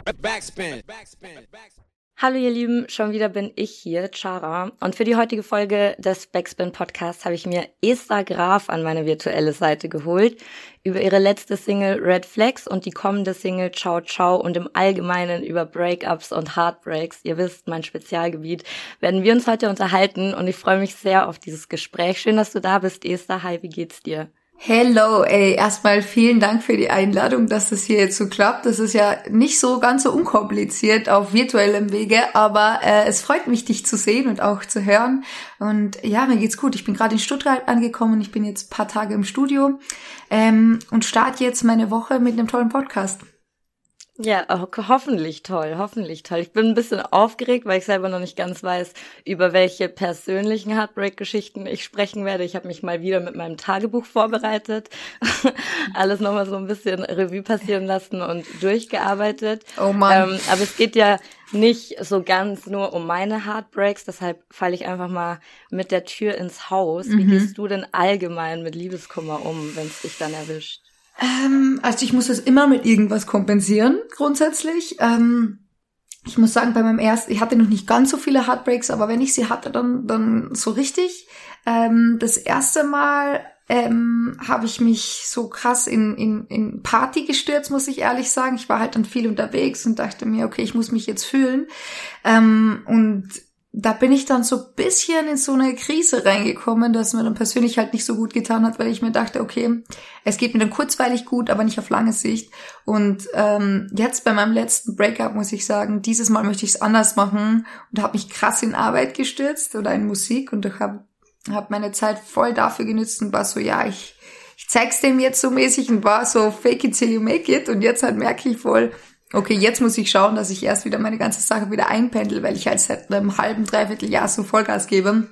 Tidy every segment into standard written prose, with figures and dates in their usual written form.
Backspin. Hallo ihr Lieben, schon wieder bin ich hier, Chara. Und für die heutige Folge des Backspin Podcasts habe ich mir Esther Graf an meine virtuelle Seite geholt. Über ihre letzte Single Red Flags und die kommende Single Ciao Ciao und im Allgemeinen über Breakups und Heartbreaks, ihr wisst, mein Spezialgebiet, werden wir uns heute unterhalten und ich freue mich sehr auf dieses Gespräch. Schön, dass du da bist, Esther. Hi, wie geht's dir? Hello, erstmal vielen Dank für die Einladung, dass das hier jetzt so klappt. Das ist ja nicht so ganz so unkompliziert auf virtuellem Wege, aber es freut mich, dich zu sehen und auch zu hören. Und ja, mir geht's gut. Ich bin gerade in Stuttgart angekommen. Ich bin jetzt ein paar Tage im Studio und starte jetzt meine Woche mit einem tollen Podcast. Ja, hoffentlich toll, hoffentlich toll. Ich bin ein bisschen aufgeregt, weil ich selber noch nicht ganz weiß, über welche persönlichen Heartbreak-Geschichten ich sprechen werde. Ich habe mich mal wieder mit meinem Tagebuch vorbereitet, alles nochmal so ein bisschen Revue passieren lassen und durchgearbeitet. Oh Mann. Aber es geht ja nicht so ganz nur um meine Heartbreaks, deshalb falle ich einfach mal mit der Tür ins Haus. Wie gehst du denn allgemein mit Liebeskummer um, wenn es dich dann erwischt? Also ich muss das immer mit irgendwas kompensieren, grundsätzlich. Ich muss sagen, bei meinem ersten, ich hatte noch nicht ganz so viele Heartbreaks, aber wenn ich sie hatte, dann so richtig. Das erste Mal habe ich mich so krass in Party gestürzt, muss ich ehrlich sagen. Ich war halt dann viel unterwegs und dachte mir, okay, ich muss mich jetzt fühlen. Und da bin ich dann so ein bisschen in so eine Krise reingekommen, dass mir dann persönlich halt nicht so gut getan hat, weil ich mir dachte, okay, es geht mir dann kurzweilig gut, aber nicht auf lange Sicht. Und jetzt bei meinem letzten Breakup muss ich sagen, dieses Mal möchte ich es anders machen und habe mich krass in Arbeit gestürzt oder in Musik und ich hab meine Zeit voll dafür genutzt und war so, ja, ich zeig's dem jetzt so mäßig und war so fake it till you make it und jetzt halt merke ich voll, okay, jetzt muss ich schauen, dass ich erst wieder meine ganze Sache wieder einpendel, weil ich halt seit einem halben, dreiviertel Jahr so Vollgas gebe.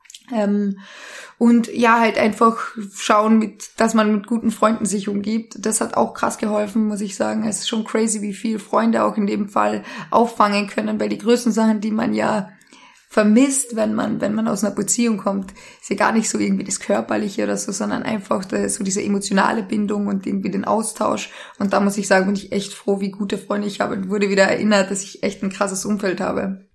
Und ja, halt einfach schauen, dass man mit guten Freunden sich umgibt. Das hat auch krass geholfen, muss ich sagen. Es ist schon crazy, wie viel Freunde auch in dem Fall auffangen können, weil die größten Sachen, die man ja vermisst, wenn man aus einer Beziehung kommt, ist ja gar nicht so irgendwie das Körperliche oder so, sondern einfach so diese emotionale Bindung und irgendwie den Austausch. Und da muss ich sagen, bin ich echt froh, wie gute Freunde ich habe und wurde wieder erinnert, dass ich echt ein krasses Umfeld habe.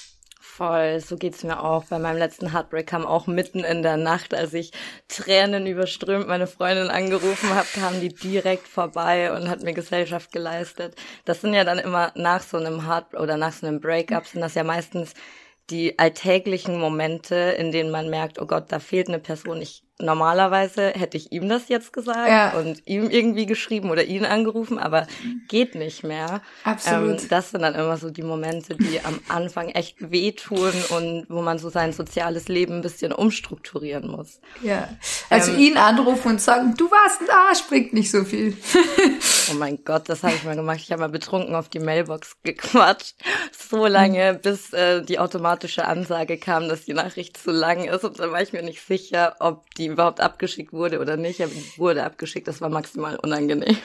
Voll, so geht's mir auch. Bei meinem letzten Heartbreak kam auch mitten in der Nacht, als ich Tränen überströmt meine Freundin angerufen habe, kam die direkt vorbei und hat mir Gesellschaft geleistet. Das sind ja dann immer nach so einem oder nach so einem Breakup sind das ja meistens die alltäglichen Momente, in denen man merkt, oh Gott, da fehlt eine Person. Normalerweise hätte ich ihm das jetzt gesagt und ihm irgendwie geschrieben oder ihn angerufen, aber geht nicht mehr. Absolut. Das sind dann immer so die Momente, die am Anfang echt wehtun und wo man so sein soziales Leben ein bisschen umstrukturieren muss. Ja, also ihn anrufen und sagen, du warst ein Arsch, bringt nicht so viel. Oh mein Gott, das habe ich mal gemacht. Ich habe mal betrunken auf die Mailbox gequatscht, so lange, bis die automatische Ansage kam, dass die Nachricht zu lang ist und dann war ich mir nicht sicher, ob die überhaupt abgeschickt wurde oder nicht, aber die wurde abgeschickt, das war maximal unangenehm.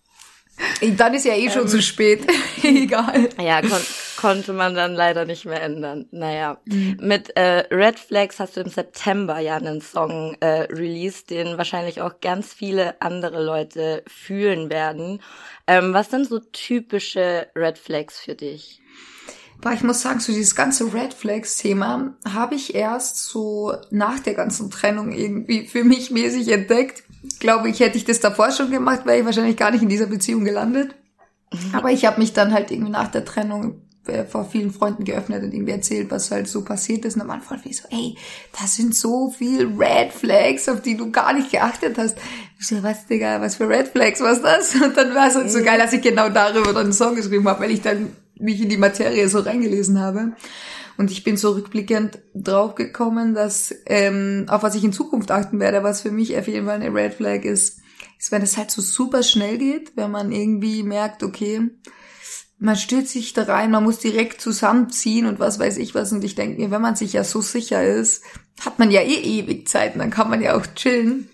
Dann ist ja schon zu spät. Egal. Ja, konnte man dann leider nicht mehr ändern. Naja, mit Red Flags hast du im September ja einen Song released, den wahrscheinlich auch ganz viele andere Leute fühlen werden. Was sind so typische Red Flags für dich? Ich muss sagen, so dieses ganze Red Flags-Thema habe ich erst so nach der ganzen Trennung irgendwie für mich mäßig entdeckt. Glaube ich, hätte ich das davor schon gemacht, wäre ich wahrscheinlich gar nicht in dieser Beziehung gelandet. Aber ich habe mich dann halt irgendwie nach der Trennung vor vielen Freunden geöffnet und irgendwie erzählt, was halt so passiert ist. Und am Anfang war ich so, da sind so viel Red Flags, auf die du gar nicht geachtet hast. Ich so, was, Digga, was für Red Flags, was das? Und dann war es halt so geil, dass ich genau darüber dann einen Song geschrieben habe, weil ich dann mich in die Materie so reingelesen habe. Und ich bin so rückblickend draufgekommen, dass auf was ich in Zukunft achten werde, was für mich auf jeden Fall eine Red Flag ist, wenn es halt so super schnell geht, wenn man irgendwie merkt, okay, man stürzt sich da rein, man muss direkt zusammenziehen und was weiß ich was. Und ich denke mir, wenn man sich ja so sicher ist, hat man ja ewig Zeit, dann kann man ja auch chillen.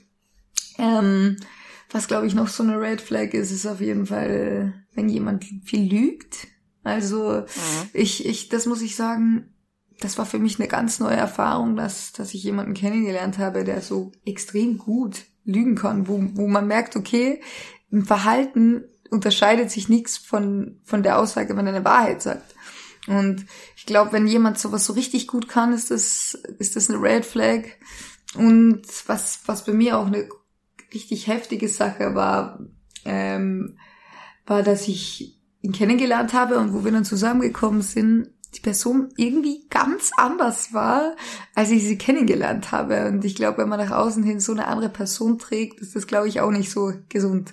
Was, glaube ich, noch so eine Red Flag ist auf jeden Fall, wenn jemand viel lügt. Also das muss ich sagen, das war für mich eine ganz neue Erfahrung, dass ich jemanden kennengelernt habe, der so extrem gut lügen kann, wo man merkt, okay, im Verhalten unterscheidet sich nichts von der Aussage, wenn er eine Wahrheit sagt. Und ich glaube, wenn jemand sowas so richtig gut kann, ist das eine Red Flag. Und was bei mir auch eine richtig heftige Sache war, dass ich ihn kennengelernt habe und wo wir dann zusammengekommen sind, die Person irgendwie ganz anders war, als ich sie kennengelernt habe. Und ich glaube, wenn man nach außen hin so eine andere Person trägt, ist das, glaube ich, auch nicht so gesund.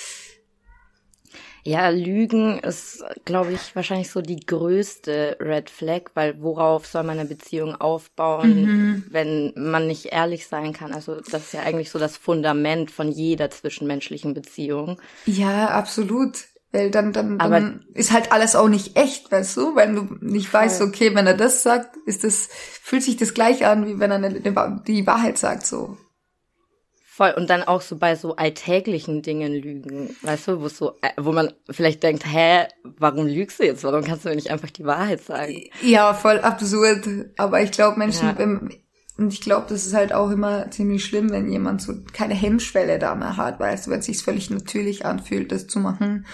Ja, Lügen ist, glaube ich, wahrscheinlich so die größte Red Flag, weil worauf soll man eine Beziehung aufbauen, wenn man nicht ehrlich sein kann? Also das ist ja eigentlich so das Fundament von jeder zwischenmenschlichen Beziehung. Ja, absolut. Weil dann ist halt alles auch nicht echt, weißt du? Wenn du nicht weißt, okay, wenn er das sagt, fühlt sich das gleich an, wie wenn er die Wahrheit sagt, so. Voll. Und dann auch so bei so alltäglichen Dingen lügen, weißt du, wo man vielleicht denkt, warum lügst du jetzt? Warum kannst du mir nicht einfach die Wahrheit sagen? Ja, voll absurd. Aber ich glaube, und ich glaube, das ist halt auch immer ziemlich schlimm, wenn jemand so keine Hemmschwelle da mehr hat, weißt du, wenn es sich völlig natürlich anfühlt, das zu machen.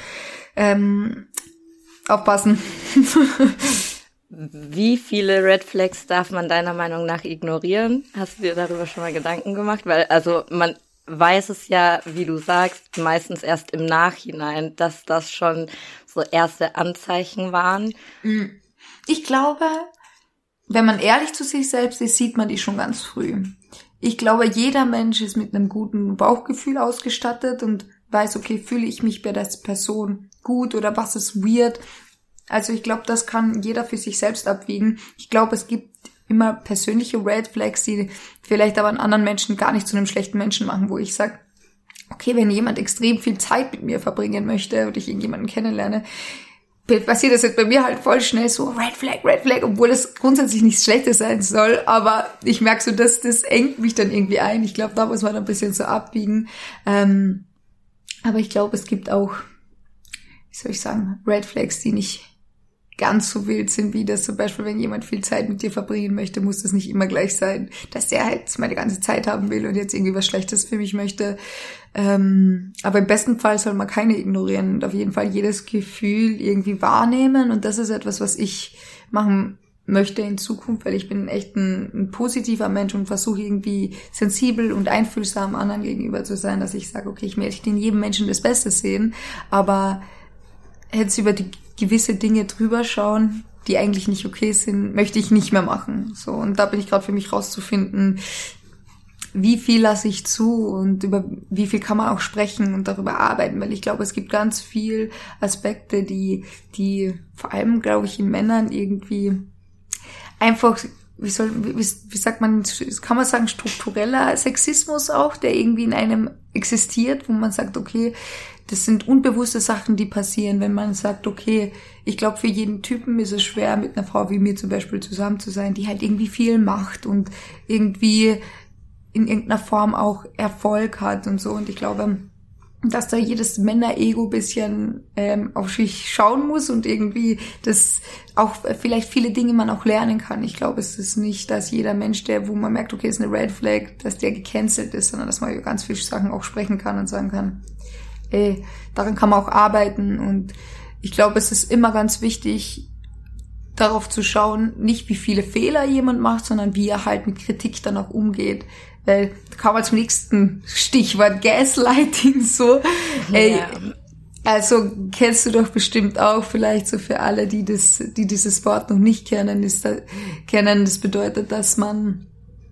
Aufpassen. Wie viele Red Flags darf man deiner Meinung nach ignorieren? Hast du dir darüber schon mal Gedanken gemacht? Weil, also, man weiß es ja, wie du sagst, meistens erst im Nachhinein, dass das schon so erste Anzeichen waren. Ich glaube, wenn man ehrlich zu sich selbst ist, sieht man die schon ganz früh. Ich glaube, jeder Mensch ist mit einem guten Bauchgefühl ausgestattet und weiß, okay, fühle ich mich bei der Person gut oder was ist weird? Also ich glaube, das kann jeder für sich selbst abwiegen. Ich glaube, es gibt immer persönliche Red Flags, die vielleicht aber einen anderen Menschen gar nicht zu einem schlechten Menschen machen, wo ich sage, okay, wenn jemand extrem viel Zeit mit mir verbringen möchte und ich irgendjemanden kennenlerne, passiert das jetzt bei mir halt voll schnell so Red Flag, obwohl das grundsätzlich nichts Schlechtes sein soll, aber ich merke so, dass das engt mich dann irgendwie ein. Ich glaube, da muss man ein bisschen so abbiegen. Aber ich glaube, es gibt auch, wie soll ich sagen, Red Flags, die nicht ganz so wild sind, wie das zum Beispiel, wenn jemand viel Zeit mit dir verbringen möchte, muss das nicht immer gleich sein, dass der halt meine ganze Zeit haben will und jetzt irgendwie was Schlechtes für mich möchte. Aber im besten Fall soll man keine ignorieren und auf jeden Fall jedes Gefühl irgendwie wahrnehmen und das ist etwas, was ich machen möchte in Zukunft, weil ich bin echt ein positiver Mensch und versuche irgendwie sensibel und einfühlsam anderen gegenüber zu sein, dass ich sage, okay, ich möchte in jedem Menschen das Beste sehen, aber jetzt über die gewisse Dinge drüber schauen, die eigentlich nicht okay sind, möchte ich nicht mehr machen. So, und da bin ich gerade für mich rauszufinden, wie viel lasse ich zu und über wie viel kann man auch sprechen und darüber arbeiten, weil ich glaube, es gibt ganz viel Aspekte, die vor allem, glaube ich, in Männern irgendwie einfach, wie sagt man, kann man sagen, struktureller Sexismus auch, der irgendwie in einem existiert, wo man sagt, okay, das sind unbewusste Sachen, die passieren, wenn man sagt, okay, ich glaube, für jeden Typen ist es schwer, mit einer Frau wie mir zum Beispiel zusammen zu sein, die halt irgendwie viel macht und irgendwie in irgendeiner Form auch Erfolg hat und so. Und ich glaube, dass da jedes Männer-Ego bisschen auf sich schauen muss und irgendwie das auch vielleicht viele Dinge man auch lernen kann. Ich glaube, es ist nicht, dass jeder Mensch, wo man merkt, okay, ist eine Red Flag, dass der gecancelt ist, sondern dass man über ganz viele Sachen auch sprechen kann und sagen kann, daran kann man auch arbeiten und ich glaube, es ist immer ganz wichtig, darauf zu schauen, nicht wie viele Fehler jemand macht, sondern wie er halt mit Kritik dann auch umgeht. Weil da kommen wir zum nächsten Stichwort Gaslighting so. Ja. Also kennst du doch bestimmt auch, vielleicht so für alle, die dieses Wort noch nicht kennen, das bedeutet, dass man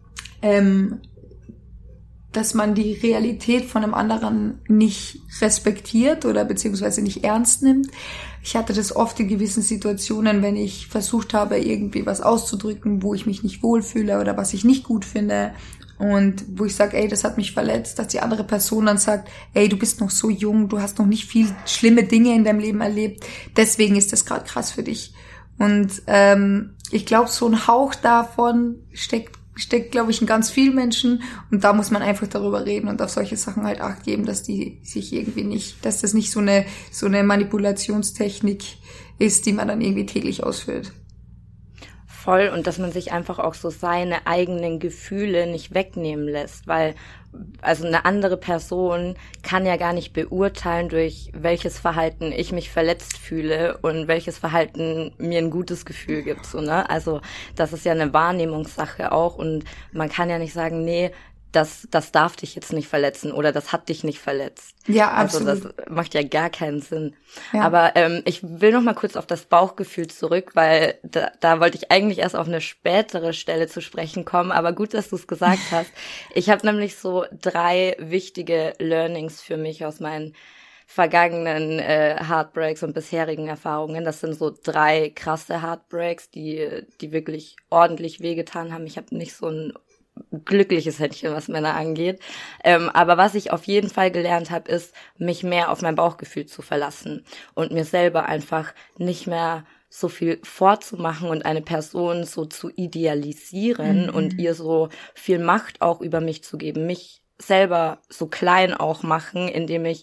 die Realität von einem anderen nicht respektiert oder beziehungsweise nicht ernst nimmt. Ich hatte das oft in gewissen Situationen, wenn ich versucht habe, irgendwie was auszudrücken, wo ich mich nicht wohlfühle oder was ich nicht gut finde und wo ich sage, das hat mich verletzt, dass die andere Person dann sagt, du bist noch so jung, du hast noch nicht viel schlimme Dinge in deinem Leben erlebt, deswegen ist das gerade krass für dich. Und ich glaube, so ein Hauch davon steckt, glaube ich, in ganz vielen Menschen und da muss man einfach darüber reden und auf solche Sachen halt Acht geben, dass die sich irgendwie nicht, dass das nicht so eine Manipulationstechnik ist, die man dann irgendwie täglich ausführt. Voll, und dass man sich einfach auch so seine eigenen Gefühle nicht wegnehmen lässt, weil also eine andere Person kann ja gar nicht beurteilen, durch welches Verhalten ich mich verletzt fühle und welches Verhalten mir ein gutes Gefühl gibt, so, ne? Also das ist ja eine Wahrnehmungssache auch, und man kann ja nicht sagen, nee, das darf dich jetzt nicht verletzen oder das hat dich nicht verletzt. Ja, absolut. Also das macht ja gar keinen Sinn. Ja. Aber ich will noch mal kurz auf das Bauchgefühl zurück, weil da wollte ich eigentlich erst auf eine spätere Stelle zu sprechen kommen. Aber gut, dass du es gesagt hast. Ich habe nämlich so 3 wichtige Learnings für mich aus meinen vergangenen Heartbreaks und bisherigen Erfahrungen. Das sind so 3 krasse Heartbreaks, die wirklich ordentlich wehgetan haben. Ich habe nicht so ein glückliches Händchen, was Männer angeht. Aber was ich auf jeden Fall gelernt habe, ist, mich mehr auf mein Bauchgefühl zu verlassen und mir selber einfach nicht mehr so viel vorzumachen und eine Person so zu idealisieren und ihr so viel Macht auch über mich zu geben, mich selber so klein auch machen, indem ich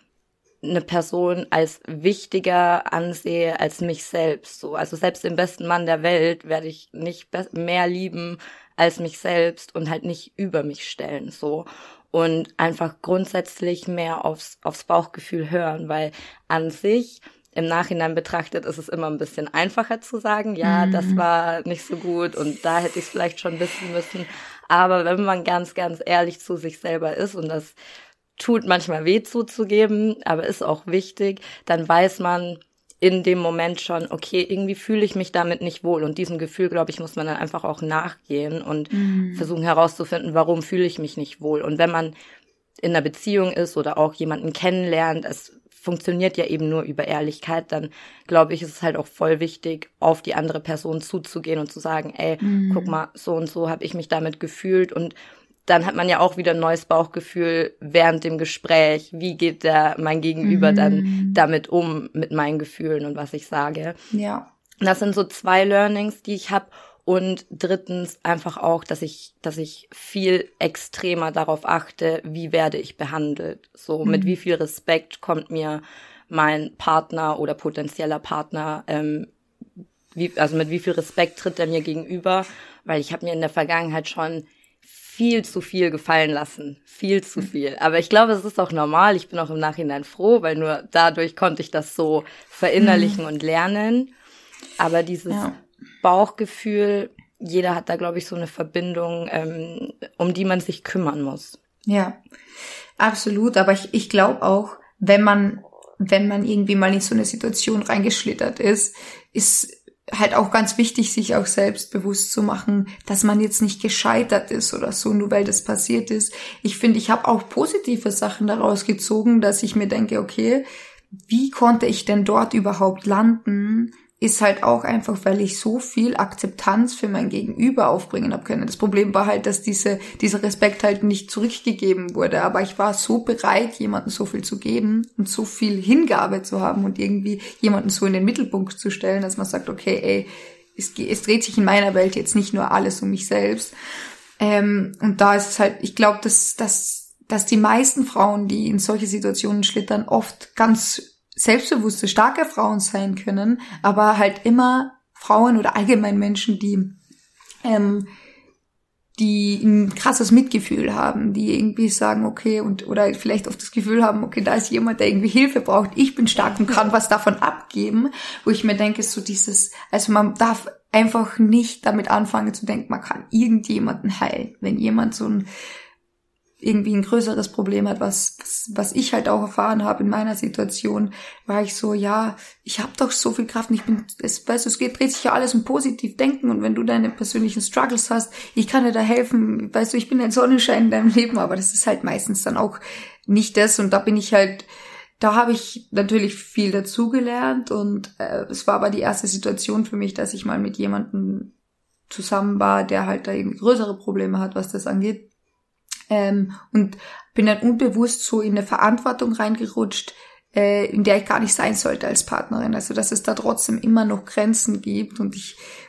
eine Person als wichtiger ansehe als mich selbst. So, also selbst den besten Mann der Welt werde ich nicht mehr lieben als mich selbst und halt nicht über mich stellen, so. Und einfach grundsätzlich mehr aufs Bauchgefühl hören, weil an sich im Nachhinein betrachtet ist es immer ein bisschen einfacher zu sagen, ja, das war nicht so gut und da hätte ich es vielleicht schon wissen müssen. Aber wenn man ganz, ganz ehrlich zu sich selber ist, und das tut manchmal weh zuzugeben, aber ist auch wichtig, dann weiß man in dem Moment schon, okay, irgendwie fühle ich mich damit nicht wohl. Und diesem Gefühl, glaube ich, muss man dann einfach auch nachgehen und versuchen herauszufinden, warum fühle ich mich nicht wohl. Und wenn man in einer Beziehung ist oder auch jemanden kennenlernt, es funktioniert ja eben nur über Ehrlichkeit, dann glaube ich, ist es halt auch voll wichtig, auf die andere Person zuzugehen und zu sagen, ey, guck mal, so und so habe ich mich damit gefühlt, und dann hat man ja auch wieder ein neues Bauchgefühl während dem Gespräch. Wie geht mein Gegenüber dann damit um, mit meinen Gefühlen und was ich sage? Ja. Das sind so 2 Learnings, die ich habe. Und drittens einfach auch, dass ich viel extremer darauf achte, wie werde ich behandelt. So, mit wie viel Respekt kommt mir mein Partner oder potenzieller Partner, mit wie viel Respekt tritt er mir gegenüber? Weil ich habe mir in der Vergangenheit schon viel zu viel gefallen lassen. Viel zu viel. Aber ich glaube, es ist auch normal. Ich bin auch im Nachhinein froh, weil nur dadurch konnte ich das so verinnerlichen und lernen. Aber dieses Bauchgefühl, jeder hat da, glaube ich, so eine Verbindung, um die man sich kümmern muss. Ja, absolut. Aber ich glaube auch, wenn man irgendwie mal in so eine Situation reingeschlittert ist halt auch ganz wichtig, sich auch selbst bewusst zu machen, dass man jetzt nicht gescheitert ist oder so, nur weil das passiert ist. Ich finde, ich habe auch positive Sachen daraus gezogen, dass ich mir denke, okay, wie konnte ich denn dort überhaupt landen? Ist halt auch einfach, weil ich so viel Akzeptanz für mein Gegenüber aufbringen habe können. Das Problem war halt, dass dieser Respekt halt nicht zurückgegeben wurde. Aber ich war so bereit, jemandem so viel zu geben und so viel Hingabe zu haben und irgendwie jemanden so in den Mittelpunkt zu stellen, dass man sagt, okay, ey, es dreht sich in meiner Welt jetzt nicht nur alles um mich selbst. Und da ist es halt, ich glaube, dass die meisten Frauen, die in solche Situationen schlittern, oft ganz selbstbewusste, starke Frauen sein können, aber halt immer Frauen oder allgemein Menschen, die ein krasses Mitgefühl haben, die irgendwie sagen, okay, oder vielleicht oft das Gefühl haben, okay, da ist jemand, der irgendwie Hilfe braucht, ich bin stark und kann was davon abgeben, wo ich mir denke, so also man darf einfach nicht damit anfangen zu denken, man kann irgendjemanden heilen. Wenn jemand irgendwie ein größeres Problem hat, was ich halt auch erfahren habe in meiner Situation, war ich so, ja, ich habe doch so viel Kraft und dreht sich ja alles um positiv denken, und wenn du deine persönlichen Struggles hast, ich kann dir da helfen, weißt du, ich bin ein Sonnenschein in deinem Leben, aber das ist halt meistens dann auch nicht das, und da habe ich natürlich viel dazugelernt, und es war aber die erste Situation für mich, dass ich mal mit jemandem zusammen war, der halt da irgendwie größere Probleme hat, was das angeht. Und bin dann unbewusst so in eine Verantwortung reingerutscht, in der ich gar nicht sein sollte als Partnerin. Also, dass es da trotzdem immer noch Grenzen gibt und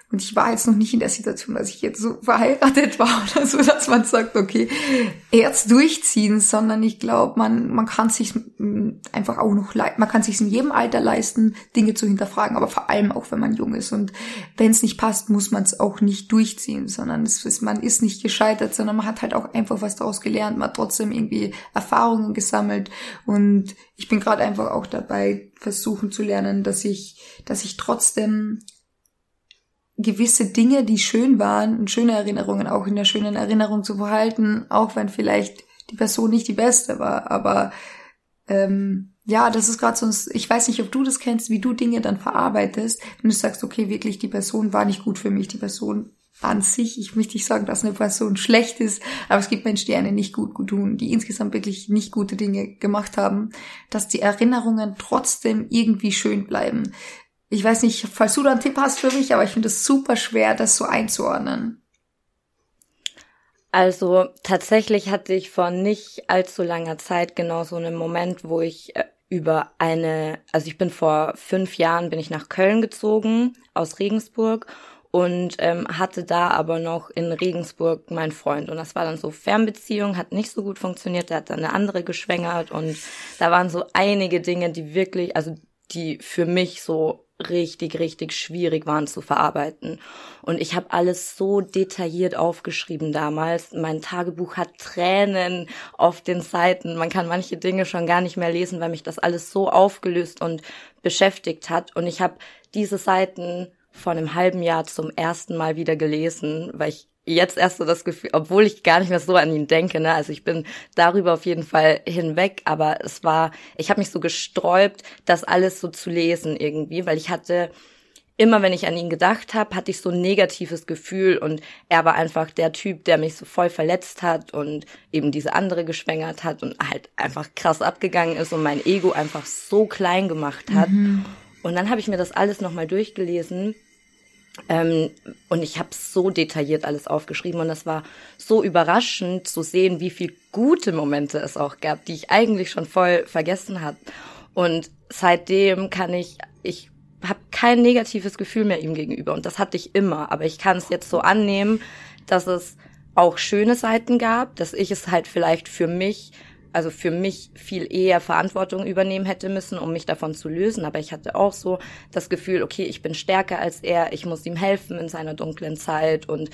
Und ich war jetzt noch nicht in der Situation, dass ich jetzt so verheiratet war oder so, dass man sagt, okay, erst durchziehen, sondern ich glaube, man kann sich einfach auch noch, man kann sich in jedem Alter leisten, Dinge zu hinterfragen, aber vor allem auch, wenn man jung ist. Und wenn es nicht passt, muss man es auch nicht durchziehen, sondern man ist nicht gescheitert, sondern man hat halt auch einfach was daraus gelernt, man hat trotzdem irgendwie Erfahrungen gesammelt. Und ich bin gerade einfach auch dabei, versuchen zu lernen, dass ich trotzdem gewisse Dinge, die schön waren und schöne Erinnerungen auch in der schönen Erinnerung zu behalten, auch wenn vielleicht die Person nicht die beste war. Aber ja, das ist gerade so, ich weiß nicht, ob du das kennst, wie du Dinge dann verarbeitest, wenn du sagst, okay, wirklich, die Person war nicht gut für mich, die Person an sich, ich möchte nicht sagen, dass eine Person schlecht ist, aber es gibt Menschen, die einen nicht gut tun, die insgesamt wirklich nicht gute Dinge gemacht haben, dass die Erinnerungen trotzdem irgendwie schön bleiben. Ich weiß nicht, falls du da einen Tipp hast für mich, aber ich finde es super schwer, das so einzuordnen. Also tatsächlich hatte ich vor nicht allzu langer Zeit genau so einen Moment, wo ich ich bin vor 5 Jahren bin ich nach Köln gezogen, aus Regensburg, und hatte da aber noch in Regensburg meinen Freund. Und das war dann so Fernbeziehung, hat nicht so gut funktioniert, der hat dann eine andere geschwängert und da waren so einige Dinge, die für mich so richtig, richtig schwierig waren zu verarbeiten. Und ich habe alles so detailliert aufgeschrieben damals. Mein Tagebuch hat Tränen auf den Seiten. Man kann manche Dinge schon gar nicht mehr lesen, weil mich das alles so aufgelöst und beschäftigt hat. Und ich habe diese Seiten vor einem halben Jahr zum ersten Mal wieder gelesen, weil ich jetzt erst so das Gefühl, obwohl ich gar nicht mehr so an ihn denke, ne, also ich bin darüber auf jeden Fall hinweg, aber ich habe mich so gesträubt, das alles so zu lesen irgendwie, weil ich hatte immer, wenn ich an ihn gedacht habe, hatte ich so ein negatives Gefühl und er war einfach der Typ, der mich so voll verletzt hat und eben diese andere geschwängert hat und halt einfach krass abgegangen ist und mein Ego einfach so klein gemacht hat. Mhm. Und dann habe ich mir das alles nochmal durchgelesen. Und ich habe so detailliert alles aufgeschrieben und das war so überraschend zu sehen, wie viel gute Momente es auch gab, die ich eigentlich schon voll vergessen habe. Und seitdem ich habe kein negatives Gefühl mehr ihm gegenüber und das hatte ich immer, aber ich kann es jetzt so annehmen, dass es auch schöne Seiten gab, dass ich es halt vielleicht für mich viel eher Verantwortung übernehmen hätte müssen, um mich davon zu lösen. Aber ich hatte auch so das Gefühl, okay, ich bin stärker als er, ich muss ihm helfen in seiner dunklen Zeit und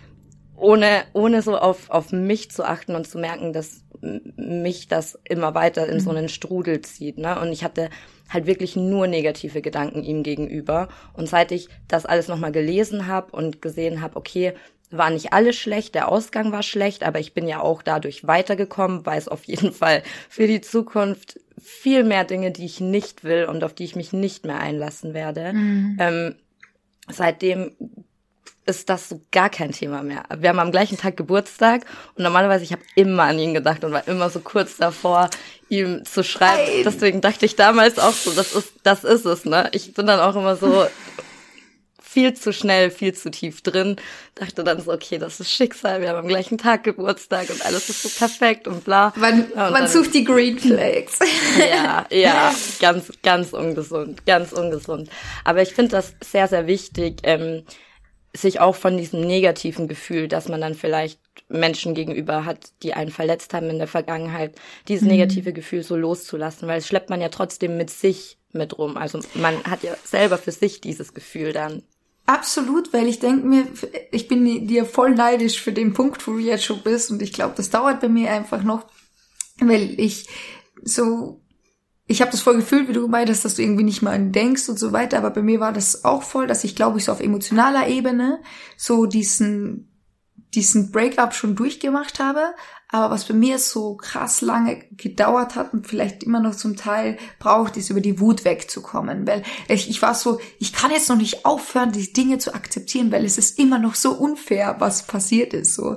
ohne so auf mich zu achten und zu merken, dass mich das immer weiter in so einen Strudel zieht, ne? Und ich hatte halt wirklich nur negative Gedanken ihm gegenüber. Und seit ich das alles nochmal gelesen habe und gesehen habe, okay, war nicht alles schlecht, der Ausgang war schlecht, aber ich bin ja auch dadurch weitergekommen, weiß auf jeden Fall für die Zukunft viel mehr Dinge, die ich nicht will und auf die ich mich nicht mehr einlassen werde. Mhm. Seitdem ist das so gar kein Thema mehr. Wir haben am gleichen Tag Geburtstag und normalerweise, ich habe immer an ihn gedacht und war immer so kurz davor, ihm zu schreiben. Nein. Deswegen dachte ich damals auch so, das ist es, ne? Ich bin dann auch immer so viel zu schnell, viel zu tief drin. Dachte dann so, okay, das ist Schicksal, wir haben am gleichen Tag Geburtstag und alles ist so perfekt und bla. Man sucht die Green Flags. Ja, ganz ungesund, ganz ungesund. Aber ich finde das sehr, sehr wichtig, sich auch von diesem negativen Gefühl, dass man dann vielleicht Menschen gegenüber hat, die einen verletzt haben in der Vergangenheit, dieses negative Gefühl so loszulassen, weil es schleppt man ja trotzdem mit sich mit rum. Also man hat ja selber für sich dieses Gefühl dann. Absolut, weil ich denke mir, ich bin dir voll neidisch für den Punkt, wo du jetzt schon bist und ich glaube, das dauert bei mir einfach noch, weil ich habe das voll gefühlt, wie du gemeint hast, dass du irgendwie nicht mal an ihn denkst und so weiter, aber bei mir war das auch voll, dass ich glaube ich so auf emotionaler Ebene so diesen Breakup schon durchgemacht habe, aber was bei mir so krass lange gedauert hat und vielleicht immer noch zum Teil braucht, ist über die Wut wegzukommen, weil ich war so, ich kann jetzt noch nicht aufhören, die Dinge zu akzeptieren, weil es ist immer noch so unfair, was passiert ist, so.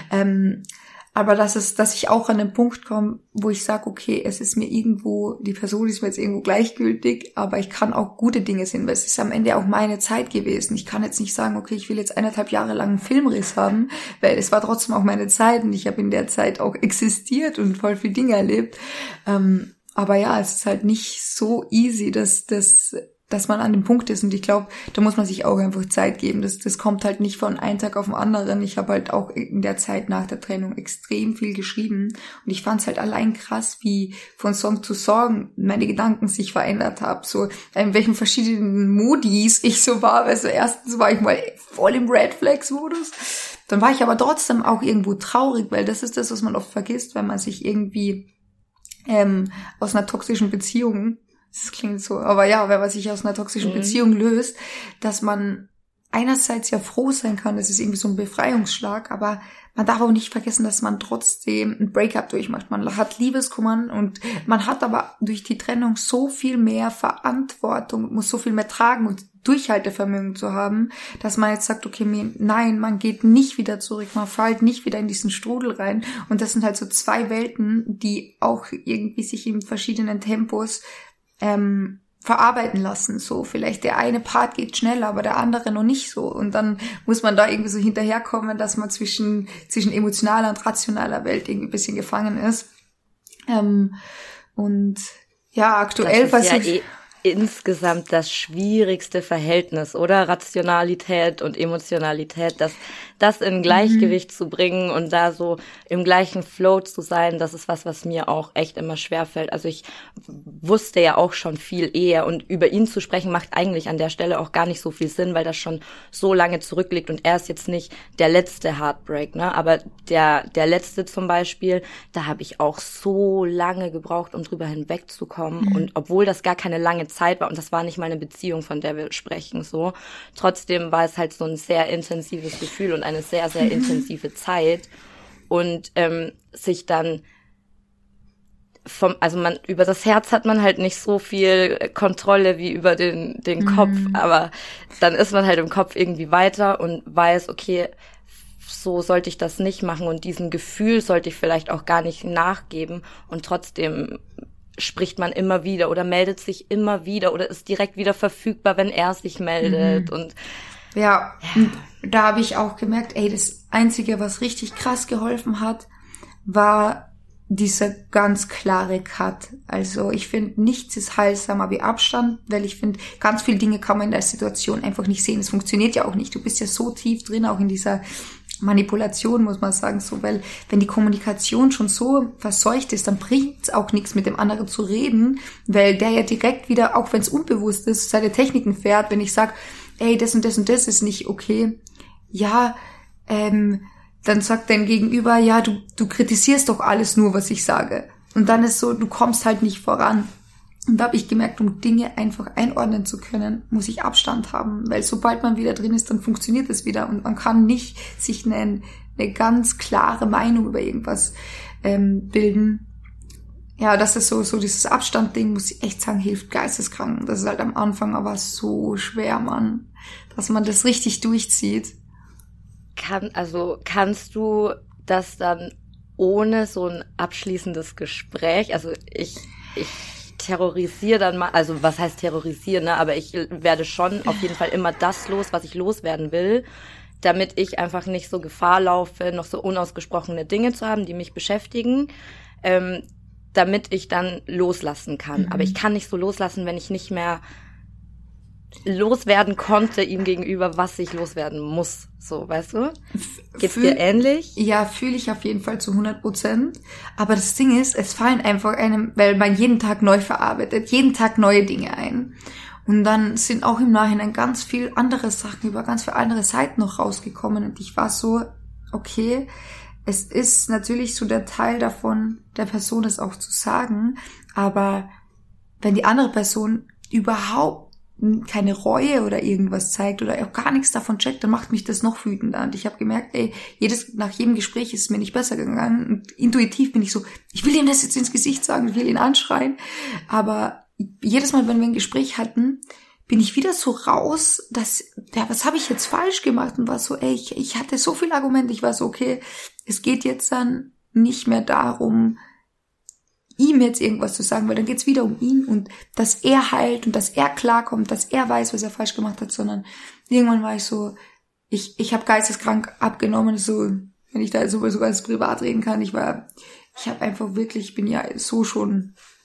Aber dass ich auch an den Punkt komme, wo ich sage, okay, es ist mir irgendwo, die Person ist mir jetzt irgendwo gleichgültig, aber ich kann auch gute Dinge sehen, weil es ist am Ende auch meine Zeit gewesen. Ich kann jetzt nicht sagen, okay, ich will jetzt 1,5 Jahre lang einen Filmriss haben, weil es war trotzdem auch meine Zeit und ich habe in der Zeit auch existiert und voll viele Dinge erlebt. Aber ja, es ist halt nicht so easy, das dass man an dem Punkt ist. Und ich glaube, da muss man sich auch einfach Zeit geben. Das kommt halt nicht von einem Tag auf den anderen. Ich habe halt auch in der Zeit nach der Trennung extrem viel geschrieben. Und ich fand es halt allein krass, wie von Song zu Song meine Gedanken sich verändert haben. So in welchen verschiedenen Modis ich so war. Also erstens war ich mal voll im Red Flags-Modus. Dann war ich aber trotzdem auch irgendwo traurig, weil das ist das, was man oft vergisst, wenn man sich irgendwie aus einer toxischen Beziehung, das klingt so, aber ja, wenn man sich aus einer toxischen Beziehung löst, dass man einerseits ja froh sein kann, das ist irgendwie so ein Befreiungsschlag, aber man darf auch nicht vergessen, dass man trotzdem ein Breakup durchmacht. Man hat Liebeskummer und man hat aber durch die Trennung so viel mehr Verantwortung, muss so viel mehr tragen und Durchhaltevermögen zu haben, dass man jetzt sagt, okay, nein, man geht nicht wieder zurück, man fällt nicht wieder in diesen Strudel rein. Und das sind halt so zwei Welten, die auch irgendwie sich in verschiedenen Tempos verarbeiten lassen. So vielleicht der eine Part geht schneller, aber der andere noch nicht so. Und dann muss man da irgendwie so hinterherkommen, dass man zwischen emotionaler und rationaler Welt irgendwie ein bisschen gefangen ist. Und ja, aktuell versuche ich insgesamt das schwierigste Verhältnis, oder? Rationalität und Emotionalität, das in Gleichgewicht zu bringen und da so im gleichen Flow zu sein, das ist was mir auch echt immer schwerfällt. Also ich wusste ja auch schon viel eher und über ihn zu sprechen macht eigentlich an der Stelle auch gar nicht so viel Sinn, weil das schon so lange zurückliegt und er ist jetzt nicht der letzte Heartbreak, ne? Aber der letzte zum Beispiel, da habe ich auch so lange gebraucht, um drüber hinwegzukommen und obwohl das gar keine lange Zeit war und das war nicht mal eine Beziehung, von der wir sprechen, so. Trotzdem war es halt so ein sehr intensives Gefühl und eine sehr, sehr intensive Zeit und sich dann über das Herz hat man halt nicht so viel Kontrolle wie über den Kopf, aber dann ist man halt im Kopf irgendwie weiter und weiß, okay, so sollte ich das nicht machen und diesem Gefühl sollte ich vielleicht auch gar nicht nachgeben und trotzdem spricht man immer wieder oder meldet sich immer wieder oder ist direkt wieder verfügbar, wenn er sich meldet und ja. Da habe ich auch gemerkt, das Einzige, was richtig krass geholfen hat, war dieser ganz klare Cut. Also ich finde, nichts ist heilsamer wie Abstand, weil ich finde, ganz viele Dinge kann man in der Situation einfach nicht sehen. Es funktioniert ja auch nicht. Du bist ja so tief drin, auch in dieser Manipulation, muss man sagen, so, weil wenn die Kommunikation schon so verseucht ist, dann bringt's auch nichts mit dem anderen zu reden, weil der ja direkt wieder, auch wenn es unbewusst ist, seine Techniken fährt. Wenn ich sage, das und das und das ist nicht okay, ja, dann sagt dein Gegenüber, ja, du kritisierst doch alles nur, was ich sage. Und dann ist so, du kommst halt nicht voran. Und da habe ich gemerkt, um Dinge einfach einordnen zu können, muss ich Abstand haben. Weil sobald man wieder drin ist, dann funktioniert es wieder. Und man kann nicht sich eine ganz klare Meinung über irgendwas bilden. Ja, das ist so dieses Abstandding, muss ich echt sagen, hilft geisteskrank. Das ist halt am Anfang aber so schwer, Mann, dass man das richtig durchzieht. Kannst du das dann ohne so ein abschließendes Gespräch, also ich terrorisiere dann mal, also was heißt terrorisieren, ne? Aber ich werde schon auf jeden Fall immer das los, was ich loswerden will, damit ich einfach nicht so Gefahr laufe, noch so unausgesprochene Dinge zu haben, die mich beschäftigen, damit ich dann loslassen kann. Aber ich kann nicht so loslassen, wenn ich nicht mehr loswerden konnte ihm gegenüber, was ich loswerden muss. So, weißt du? Geht's dir ähnlich? Ja, fühle ich auf jeden Fall zu 100%. Aber das Ding ist, es fallen einfach weil man jeden Tag neu verarbeitet, jeden Tag neue Dinge ein. Und dann sind auch im Nachhinein ganz viel andere Sachen über ganz viele andere Seiten noch rausgekommen. Und ich war so, okay, es ist natürlich so der Teil davon, der Person es auch zu sagen. Aber wenn die andere Person überhaupt keine Reue oder irgendwas zeigt oder auch gar nichts davon checkt, dann macht mich das noch wütender. Und ich habe gemerkt, nach jedem Gespräch ist es mir nicht besser gegangen. Und intuitiv bin ich so, ich will ihm das jetzt ins Gesicht sagen, ich will ihn anschreien. Aber jedes Mal, wenn wir ein Gespräch hatten, bin ich wieder so raus, was habe ich jetzt falsch gemacht? Und war so, ich hatte so viele Argumente. Ich war so, okay, es geht jetzt dann nicht mehr darum, ihm jetzt irgendwas zu sagen, weil dann geht's wieder um ihn und dass er heilt und dass er klarkommt, dass er weiß, was er falsch gemacht hat, sondern irgendwann war ich so, ich habe geisteskrank abgenommen, so, wenn ich da sogar als privat reden kann, ich bin ja so schon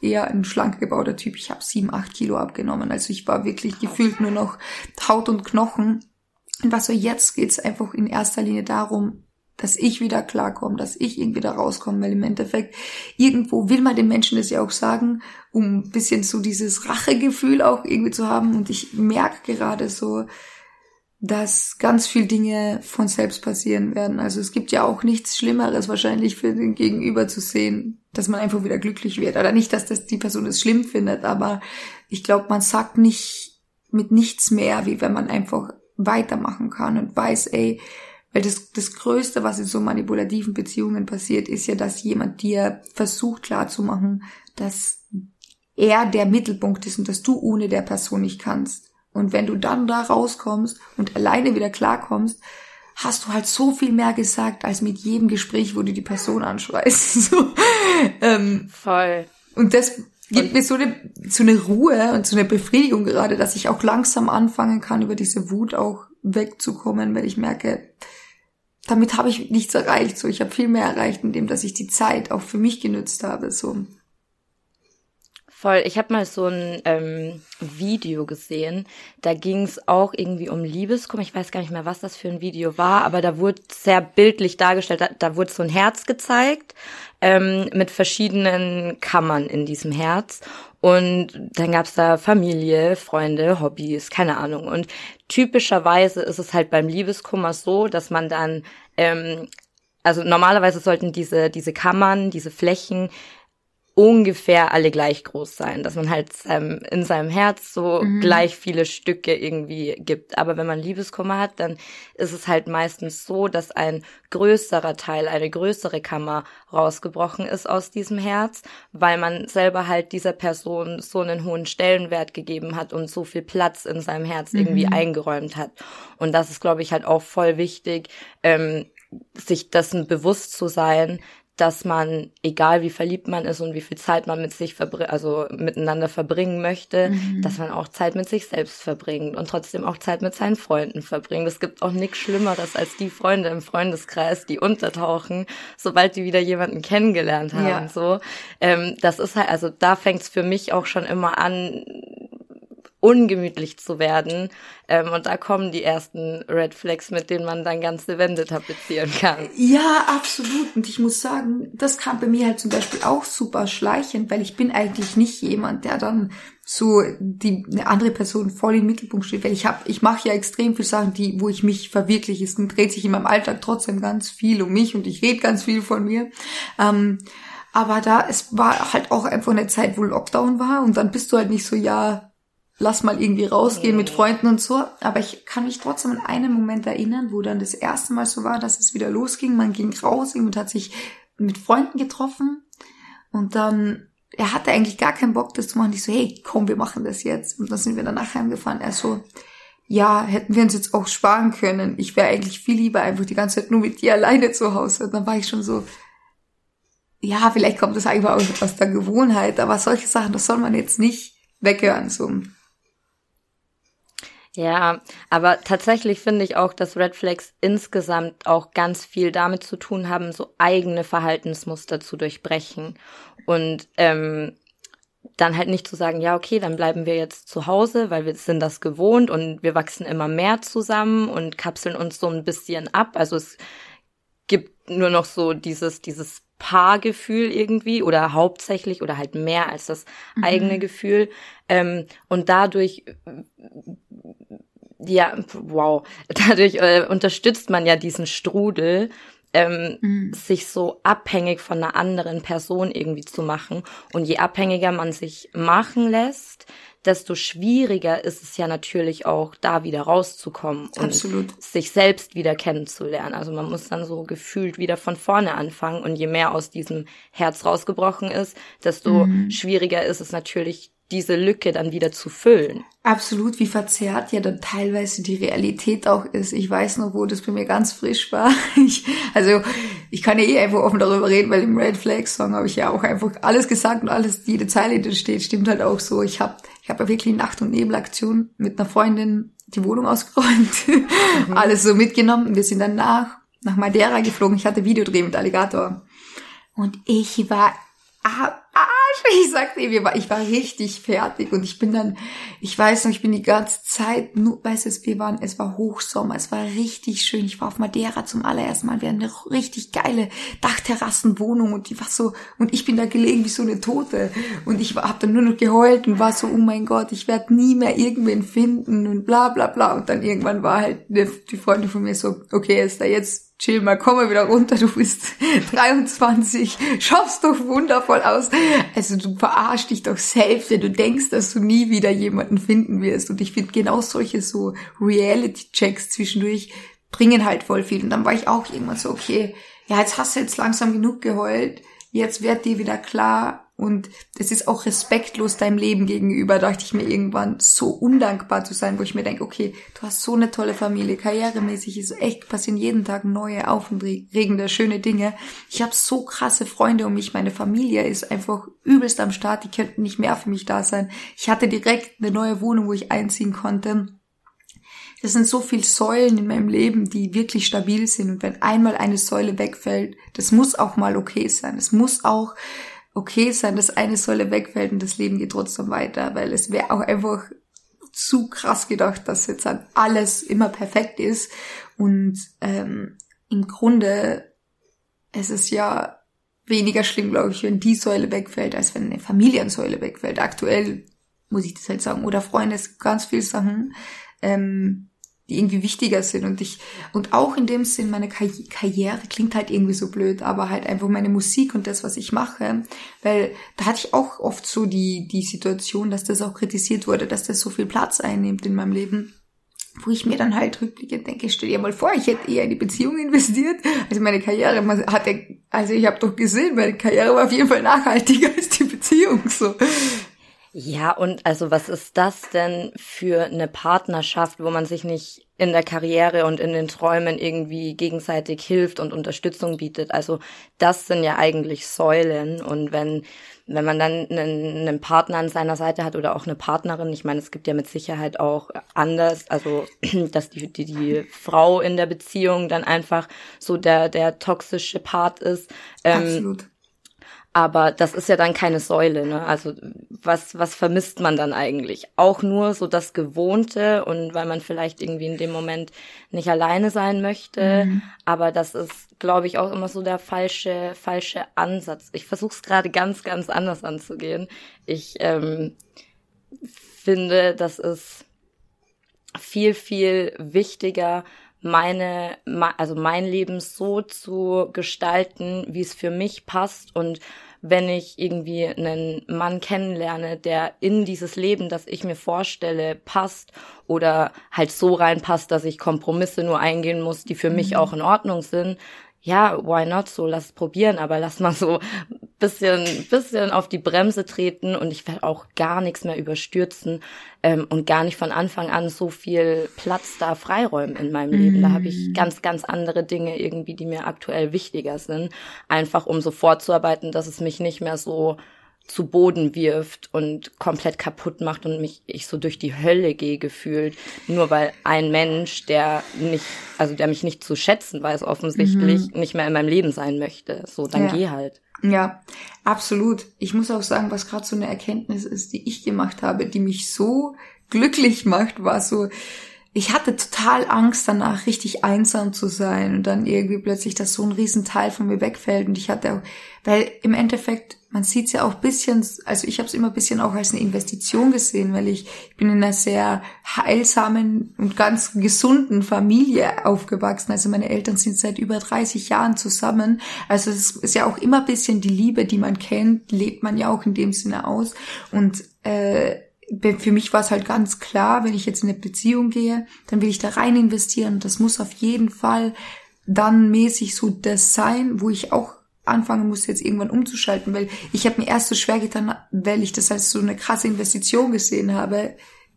eher ein schlank gebauter Typ. Ich habe 7, 8 Kilo abgenommen. Also ich war wirklich gefühlt nur noch Haut und Knochen. Und was so jetzt geht's einfach in erster Linie darum, dass ich wieder klarkomme, dass ich irgendwie da rauskomme, weil im Endeffekt irgendwo will man den Menschen das ja auch sagen, um ein bisschen so dieses Rachegefühl auch irgendwie zu haben. Und ich merke gerade so, dass ganz viel Dinge von selbst passieren werden. Also es gibt ja auch nichts Schlimmeres wahrscheinlich für den Gegenüber zu sehen, dass man einfach wieder glücklich wird. Oder nicht, dass das die Person es schlimm findet, aber ich glaube, man sagt nicht mit nichts mehr, wie wenn man einfach weitermachen kann und weiß, ey, weil das Größte, was in so manipulativen Beziehungen passiert, ist ja, dass jemand dir versucht klarzumachen, dass er der Mittelpunkt ist und dass du ohne der Person nicht kannst. Und wenn du dann da rauskommst und alleine wieder klarkommst, hast du halt so viel mehr gesagt, als mit jedem Gespräch, wo du die Person anschreist. So, Voll. Und das gibt mir so eine Ruhe und so eine Befriedigung gerade, dass ich auch langsam anfangen kann, über diese Wut auch wegzukommen, weil ich merke, damit habe ich nichts erreicht. So, ich habe viel mehr erreicht, indem dass ich die Zeit auch für mich genutzt habe. So. Voll. Ich habe mal so ein Video gesehen, da ging es auch irgendwie um Liebeskummer. Ich weiß gar nicht mehr, was das für ein Video war, aber da wurde sehr bildlich dargestellt, da wurde so ein Herz gezeigt mit verschiedenen Kammern in diesem Herz. Und dann gab's da Familie, Freunde, Hobbys, keine Ahnung. Und typischerweise ist es halt beim Liebeskummer so, dass man dann, also normalerweise sollten diese Kammern, diese Flächen ungefähr alle gleich groß sein, dass man halt in seinem Herz so gleich viele Stücke irgendwie gibt. Aber wenn man Liebeskummer hat, dann ist es halt meistens so, dass ein größerer Teil, eine größere Kammer rausgebrochen ist aus diesem Herz, weil man selber halt dieser Person so einen hohen Stellenwert gegeben hat und so viel Platz in seinem Herz irgendwie eingeräumt hat. Und das ist, glaube ich, halt auch voll wichtig, sich dessen bewusst zu sein, dass man, egal wie verliebt man ist und wie viel Zeit man mit sich miteinander verbringen möchte, dass man auch Zeit mit sich selbst verbringt und trotzdem auch Zeit mit seinen Freunden verbringt. Es gibt auch nichts Schlimmeres als die Freunde im Freundeskreis, die untertauchen, sobald die wieder jemanden kennengelernt haben. Ja. So, das ist halt, also da fängt es für mich auch schon immer an, ungemütlich zu werden. Und da kommen die ersten Red Flags, mit denen man dann ganze Wände tapezieren kann. Ja, absolut. Und ich muss sagen, das kam bei mir halt zum Beispiel auch super schleichend, weil ich bin eigentlich nicht jemand, der dann so eine andere Person voll im Mittelpunkt steht, weil ich mache ja extrem viel Sachen, wo ich mich verwirkliche. Es dreht sich in meinem Alltag trotzdem ganz viel um mich und ich rede ganz viel von mir. Aber es war halt auch einfach eine Zeit, wo Lockdown war und dann bist du halt nicht so, ja, lass mal irgendwie rausgehen mit Freunden und so. Aber ich kann mich trotzdem an einen Moment erinnern, wo dann das erste Mal so war, dass es wieder losging. Man ging raus und hat sich mit Freunden getroffen. Und dann, er hatte eigentlich gar keinen Bock, das zu machen. Ich so, hey, komm, wir machen das jetzt. Und dann sind wir danach heimgefahren. Er so, ja, hätten wir uns jetzt auch sparen können. Ich wäre eigentlich viel lieber einfach die ganze Zeit nur mit dir alleine zu Hause. Und dann war ich schon so, ja, vielleicht kommt das einfach aus der Gewohnheit. Aber solche Sachen, das soll man jetzt nicht weghören, so. Ja, aber tatsächlich finde ich auch, dass Red Flags insgesamt auch ganz viel damit zu tun haben, so eigene Verhaltensmuster zu durchbrechen und dann halt nicht zu sagen, ja, okay, dann bleiben wir jetzt zu Hause, weil wir sind das gewohnt und wir wachsen immer mehr zusammen und kapseln uns so ein bisschen ab. Also es gibt nur noch so dieses Paargefühl irgendwie oder hauptsächlich oder halt mehr als das eigene Gefühl und dadurch unterstützt man ja diesen Strudel, sich so abhängig von einer anderen Person irgendwie zu machen. Und je abhängiger man sich machen lässt, desto schwieriger ist es ja natürlich auch, da wieder rauszukommen und sich selbst wieder kennenzulernen. Also man muss dann so gefühlt wieder von vorne anfangen. Und je mehr aus diesem Herz rausgebrochen ist, desto schwieriger ist es natürlich, diese Lücke dann wieder zu füllen. Absolut, wie verzerrt ja dann teilweise die Realität auch ist. Ich weiß noch, wo das bei mir ganz frisch war. Ich kann ja einfach offen darüber reden, weil im Red Flag Song habe ich ja auch einfach alles gesagt und jede Zeile, die da steht, stimmt halt auch so. Ich hab ja wirklich Nacht- und Nebelaktion mit einer Freundin die Wohnung ausgeräumt, alles so mitgenommen. Wir sind dann nach Madeira geflogen. Ich hatte Videodreh mit Alligator. Und ich war Ich sagte ihm, ich war richtig fertig und ich bin dann, ich weiß noch, ich bin die ganze Zeit, nur, weißt du, es war Hochsommer, es war richtig schön. Ich war auf Madeira zum allerersten Mal. Wir hatten eine richtig geile Dachterrassenwohnung und die war so, und ich bin da gelegen wie so eine Tote. Und ich habe dann nur noch geheult und war so, oh mein Gott, ich werde nie mehr irgendwen finden und bla bla bla. Und dann irgendwann war halt die Freundin von mir so, okay, Esther, jetzt chill mal, komm mal wieder runter, du bist 23, schaffst doch wundervoll aus. Also du verarschst dich doch selbst, wenn du denkst, dass du nie wieder jemanden finden wirst. Und ich finde genau solche so Reality-Checks zwischendurch bringen halt voll viel. Und dann war ich auch irgendwann so, okay, ja, jetzt hast du jetzt langsam genug geheult, jetzt wird dir wieder klar. Und es ist auch respektlos deinem Leben gegenüber, dachte ich mir irgendwann, so undankbar zu sein, wo ich mir denke, okay, du hast so eine tolle Familie, karrieremäßig ist echt, passieren jeden Tag neue, aufregende, schöne Dinge. Ich habe so krasse Freunde um mich, meine Familie ist einfach übelst am Start, die könnten nicht mehr für mich da sein. Ich hatte direkt eine neue Wohnung, wo ich einziehen konnte. Das sind so viele Säulen in meinem Leben, die wirklich stabil sind. Und wenn einmal eine Säule wegfällt, das muss auch mal okay sein. Es muss auch okay sein, dass eine Säule wegfällt und das Leben geht trotzdem weiter, weil es wäre auch einfach zu krass gedacht, dass jetzt dann alles immer perfekt ist. Und im Grunde es ist ja weniger schlimm, glaube ich, wenn die Säule wegfällt, als wenn eine Familiensäule wegfällt. Aktuell muss ich das halt sagen. Oder Freunde, es gibt ganz viele Sachen, die irgendwie wichtiger sind und auch in dem Sinn meine Karriere klingt halt irgendwie so blöd, aber halt einfach meine Musik und das, was ich mache, weil da hatte ich auch oft so die Situation, dass das auch kritisiert wurde, dass das so viel Platz einnimmt in meinem Leben, wo ich mir dann halt rückblickend denke, stell dir mal vor, ich hätte eher in die Beziehung investiert, also meine Karriere also ich habe doch gesehen, meine Karriere war auf jeden Fall nachhaltiger als die Beziehung, so. Ja, und also was ist das denn für eine Partnerschaft, wo man sich nicht in der Karriere und in den Träumen irgendwie gegenseitig hilft und Unterstützung bietet? Also das sind ja eigentlich Säulen. Und wenn man dann einen Partner an seiner Seite hat oder auch eine Partnerin, ich meine, es gibt ja mit Sicherheit auch anders, also dass die Frau in der Beziehung dann einfach so der toxische Part ist. Absolut. Aber das ist ja dann keine Säule, ne? Also was vermisst man dann eigentlich? Auch nur so das Gewohnte und weil man vielleicht irgendwie in dem Moment nicht alleine sein möchte. Aber das ist, glaube ich, auch immer so der falsche Ansatz. Ich versuche es gerade ganz, ganz anders anzugehen. Ich finde, das ist viel, viel wichtiger, mein Leben so zu gestalten, wie es für mich passt. Und wenn ich irgendwie einen Mann kennenlerne, der in dieses Leben, das ich mir vorstelle, passt oder halt so reinpasst, dass ich Kompromisse nur eingehen muss, die für mich auch in Ordnung sind, ja, why not, so, lass es probieren, aber lass mal so bisschen auf die Bremse treten und ich werde auch gar nichts mehr überstürzen und gar nicht von Anfang an so viel Platz da freiräumen in meinem Leben. Da habe ich ganz, ganz andere Dinge irgendwie, die mir aktuell wichtiger sind, einfach um so vorzuarbeiten, dass es mich nicht mehr so zu Boden wirft und komplett kaputt macht und ich so durch die Hölle gehe gefühlt, nur weil ein Mensch, der mich nicht zu schätzen weiß offensichtlich, nicht mehr in meinem Leben sein möchte. So, dann geh halt. Ja, absolut. Ich muss auch sagen, was gerade so eine Erkenntnis ist, die ich gemacht habe, die mich so glücklich macht, war so, ich hatte total Angst danach, richtig einsam zu sein und dann irgendwie plötzlich, dass so ein Riesenteil von mir wegfällt und ich hatte auch, weil im Endeffekt, man sieht's ja auch ein bisschen, also ich habe es immer ein bisschen auch als eine Investition gesehen, weil ich bin in einer sehr heilsamen und ganz gesunden Familie aufgewachsen. Also meine Eltern sind seit über 30 Jahren zusammen. Also es ist ja auch immer ein bisschen die Liebe, die man kennt, lebt man ja auch in dem Sinne aus. Und für mich war es halt ganz klar, wenn ich jetzt in eine Beziehung gehe, dann will ich da rein investieren. Das muss auf jeden Fall dann mäßig so das sein, wo ich auch anfangen muss, jetzt irgendwann umzuschalten, weil ich habe mir erst so schwer getan, weil ich das als so eine krasse Investition gesehen habe,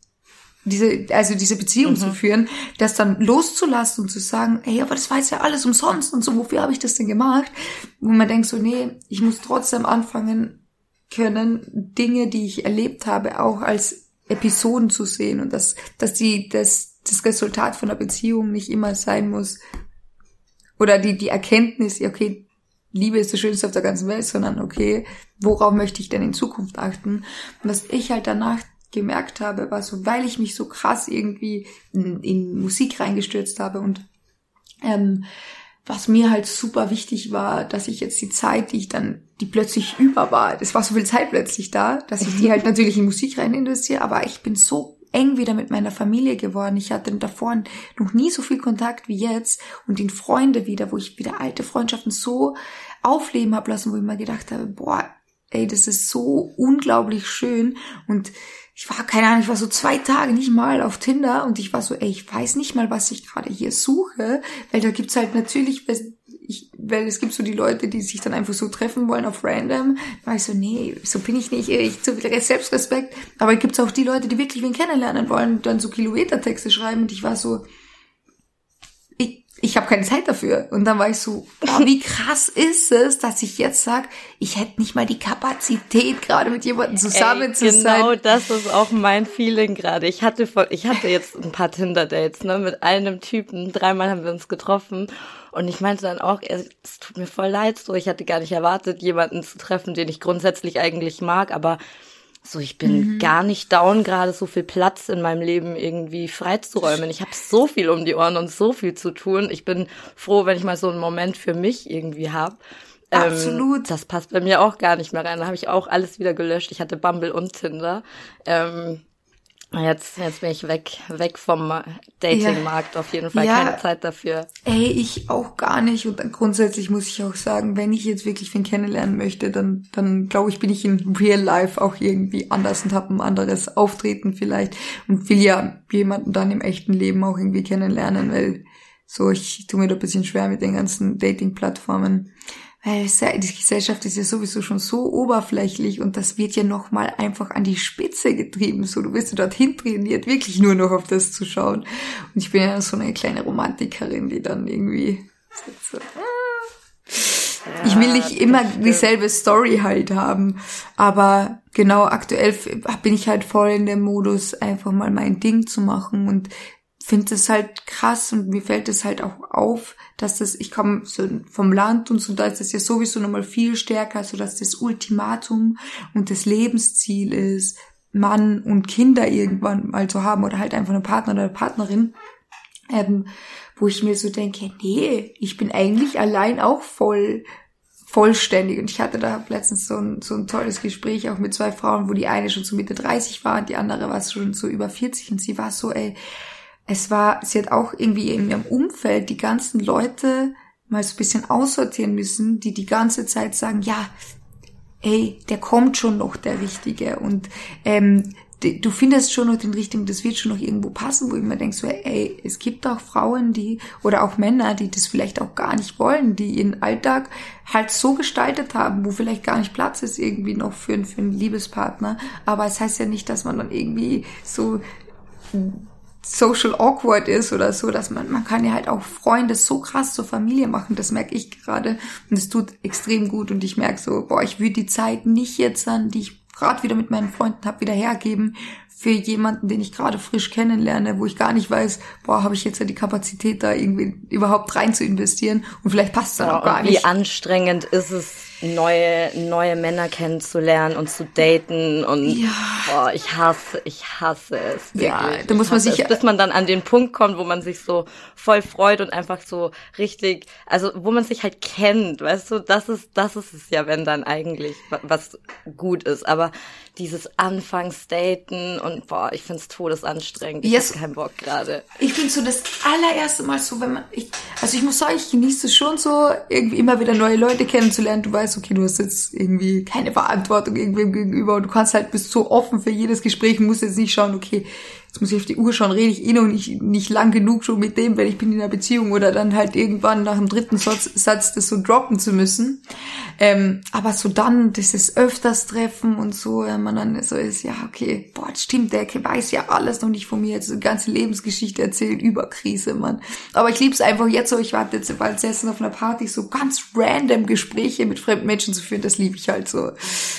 diese Beziehung zu führen, das dann loszulassen und zu sagen, ey, aber das war jetzt ja alles umsonst und so, wofür habe ich das denn gemacht? Wo man denkt so, nee, ich muss trotzdem anfangen können, Dinge, die ich erlebt habe, auch als Episoden zu sehen und dass das Resultat von einer Beziehung nicht immer sein muss oder die Erkenntnis, okay, Liebe ist das Schönste auf der ganzen Welt, sondern okay, worauf möchte ich denn in Zukunft achten? Und was ich halt danach gemerkt habe, war so, weil ich mich so krass irgendwie in Musik reingestürzt habe und was mir halt super wichtig war, dass ich jetzt die Zeit, die plötzlich über war, es war so viel Zeit plötzlich da, dass ich die halt natürlich in Musik rein investiere, aber ich bin so eng wieder mit meiner Familie geworden. Ich hatte davor noch nie so viel Kontakt wie jetzt und in Freunde wieder, wo ich wieder alte Freundschaften so aufleben habe lassen, wo ich mir gedacht habe, boah, ey, das ist so unglaublich schön. Und ich war, keine Ahnung, ich war so 2 Tage nicht mal auf Tinder und ich war so, ey, ich weiß nicht mal, was ich gerade hier suche, weil da gibt's halt natürlich, weil es gibt so die Leute, die sich dann einfach so treffen wollen auf random. Da war ich so, nee, so bin ich nicht, ich zu viel Selbstrespekt. Aber es gibt auch die Leute, die wirklich wen kennenlernen wollen und dann so Kilometertexte schreiben und ich war so, ich habe keine Zeit dafür. Und dann war ich so, boah, wie krass ist es, dass ich jetzt sage, ich hätte nicht mal die Kapazität, gerade mit jemandem zusammen zu sein. Genau, das ist auch mein Feeling gerade. Ich hatte jetzt ein paar Tinder-Dates, ne, mit einem Typen. 3-mal haben wir uns getroffen. Und ich meinte dann auch, es tut mir voll leid, so, ich hatte gar nicht erwartet, jemanden zu treffen, den ich grundsätzlich eigentlich mag, aber so, ich bin gar nicht down, gerade so viel Platz in meinem Leben irgendwie freizuräumen. Ich habe so viel um die Ohren und so viel zu tun. Ich bin froh, wenn ich mal so einen Moment für mich irgendwie habe. Absolut. Das passt bei mir auch gar nicht mehr rein. Da habe ich auch alles wieder gelöscht. Ich hatte Bumble und Tinder. Jetzt bin ich weg vom Datingmarkt, auf jeden Fall keine Zeit dafür. Ey, ich auch gar nicht. Und dann grundsätzlich muss ich auch sagen, wenn ich jetzt wirklich wen kennenlernen möchte, dann glaube ich, bin ich in Real Life auch irgendwie anders und habe ein anderes Auftreten vielleicht und will ja jemanden dann im echten Leben auch irgendwie kennenlernen, weil so, ich tue mir da ein bisschen schwer mit den ganzen Dating-Plattformen. Weil die Gesellschaft ist ja sowieso schon so oberflächlich und das wird ja nochmal einfach an die Spitze getrieben. So, du wirst ja dorthin trainiert, wirklich nur noch auf das zu schauen. Und ich bin ja so eine kleine Romantikerin, die dann irgendwie so, ich will nicht immer dieselbe Story halt haben, aber genau, aktuell bin ich halt voll in dem Modus, einfach mal mein Ding zu machen und finde es halt krass und mir fällt es halt auch auf, dass ich komme so vom Land und so, da ist das ja sowieso nochmal viel stärker, so dass das Ultimatum und das Lebensziel ist, Mann und Kinder irgendwann mal zu haben oder halt einfach einen Partner oder eine Partnerin, wo ich mir so denke, nee, ich bin eigentlich allein auch vollständig und ich hatte da letztens so ein tolles Gespräch auch mit 2 Frauen, wo die eine schon so Mitte 30 war und die andere war schon so über 40 und sie war so, ey, sie hat auch irgendwie in ihrem Umfeld die ganzen Leute mal so ein bisschen aussortieren müssen, die die ganze Zeit sagen, ja, ey, der kommt schon noch, der Richtige. Und du findest schon noch den Richtigen, das wird schon noch irgendwo passen, wo ich mir denke, so, ey, es gibt auch Frauen, oder auch Männer, die das vielleicht auch gar nicht wollen, die ihren Alltag halt so gestaltet haben, wo vielleicht gar nicht Platz ist irgendwie noch für einen Liebespartner. Aber es heißt ja nicht, dass man dann irgendwie so social awkward ist oder so, dass man kann ja halt auch Freunde so krass zur Familie machen, das merke ich gerade und es tut extrem gut und ich merke so, boah, ich würde die Zeit nicht jetzt die ich gerade wieder mit meinen Freunden habe, wieder hergeben für jemanden, den ich gerade frisch kennenlerne, wo ich gar nicht weiß, boah, habe ich jetzt ja die Kapazität da irgendwie überhaupt rein zu investieren und vielleicht passt es dann auch gar nicht. Wie anstrengend ist es, neue Männer kennenzulernen und zu daten und boah, ich hasse es. Wirklich. Ja, da muss man sich bis man dann an den Punkt kommt, wo man sich so voll freut und einfach so richtig, also wo man sich halt kennt, weißt du, das ist es ja, wenn dann eigentlich was gut ist, aber dieses Anfangsdaten und boah, ich find's todesanstrengend. Ich hab keinen Bock gerade. Ich bin so das allererste Mal so, ich muss sagen, ich genieße es schon so, irgendwie immer wieder neue Leute kennenzulernen. Du weißt, okay, du hast jetzt irgendwie keine Verantwortung irgendwem gegenüber und du bist so offen für jedes Gespräch und musst jetzt nicht schauen, okay, jetzt muss ich auf die Uhr schauen, rede ich noch nicht lang genug schon mit dem, weil ich bin in einer Beziehung oder dann halt irgendwann nach dem 3. Satz das so droppen zu müssen. Aber so dann, dieses öfters Treffen und so, wenn man dann so ist, ja, okay, boah, das stimmt, der weiß ja alles noch nicht von mir, jetzt eine ganze Lebensgeschichte erzählt über Krise, Mann. Aber ich lieb's einfach jetzt so, ich warte jetzt bald essen auf einer Party, so ganz random Gespräche mit fremden Menschen zu führen, das liebe ich halt so.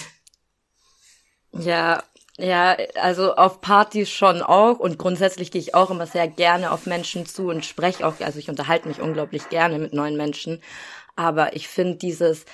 Ja, also auf Partys schon auch und grundsätzlich gehe ich auch immer sehr gerne auf Menschen zu und spreche auch, also ich unterhalte mich unglaublich gerne mit neuen Menschen, Aber ich finde dieses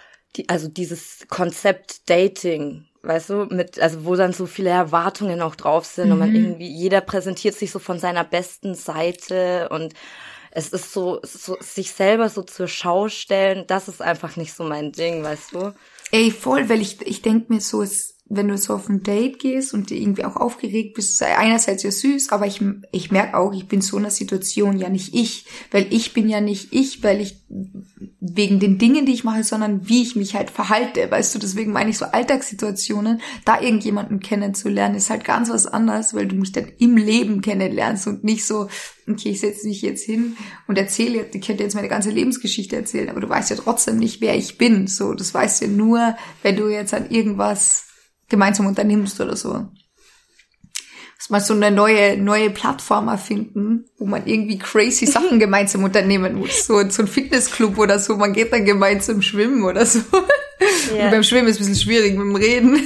Konzept Dating, weißt du, wo dann so viele Erwartungen auch drauf sind und man irgendwie, jeder präsentiert sich so von seiner besten Seite und es ist so sich selber so zur Schau stellen, das ist einfach nicht so mein Ding, weißt du? Ey, voll, weil ich denke mir so, wenn du so auf ein Date gehst und irgendwie auch aufgeregt bist, einerseits ja süß, aber ich merke auch, ich bin so in einer Situation ja nicht ich, weil ich bin ja nicht ich, weil ich wegen den Dingen, die ich mache, sondern wie ich mich halt verhalte, weißt du, deswegen meine ich so Alltagssituationen, da irgendjemanden kennenzulernen, ist halt ganz was anderes, weil du mich dann im Leben kennenlernst und nicht so, okay, ich setze mich jetzt hin und erzähle, ich könnte jetzt meine ganze Lebensgeschichte erzählen, aber du weißt ja trotzdem nicht, wer ich bin, so, das weißt du ja nur, wenn du jetzt an irgendwas gemeinsam unternimmst oder so. Muss mal so eine neue Plattform erfinden, wo man irgendwie crazy Sachen gemeinsam unternehmen muss. So ein Fitnessclub oder so, man geht dann gemeinsam schwimmen oder so. Ja. Und beim Schwimmen ist es ein bisschen schwierig mit dem Reden.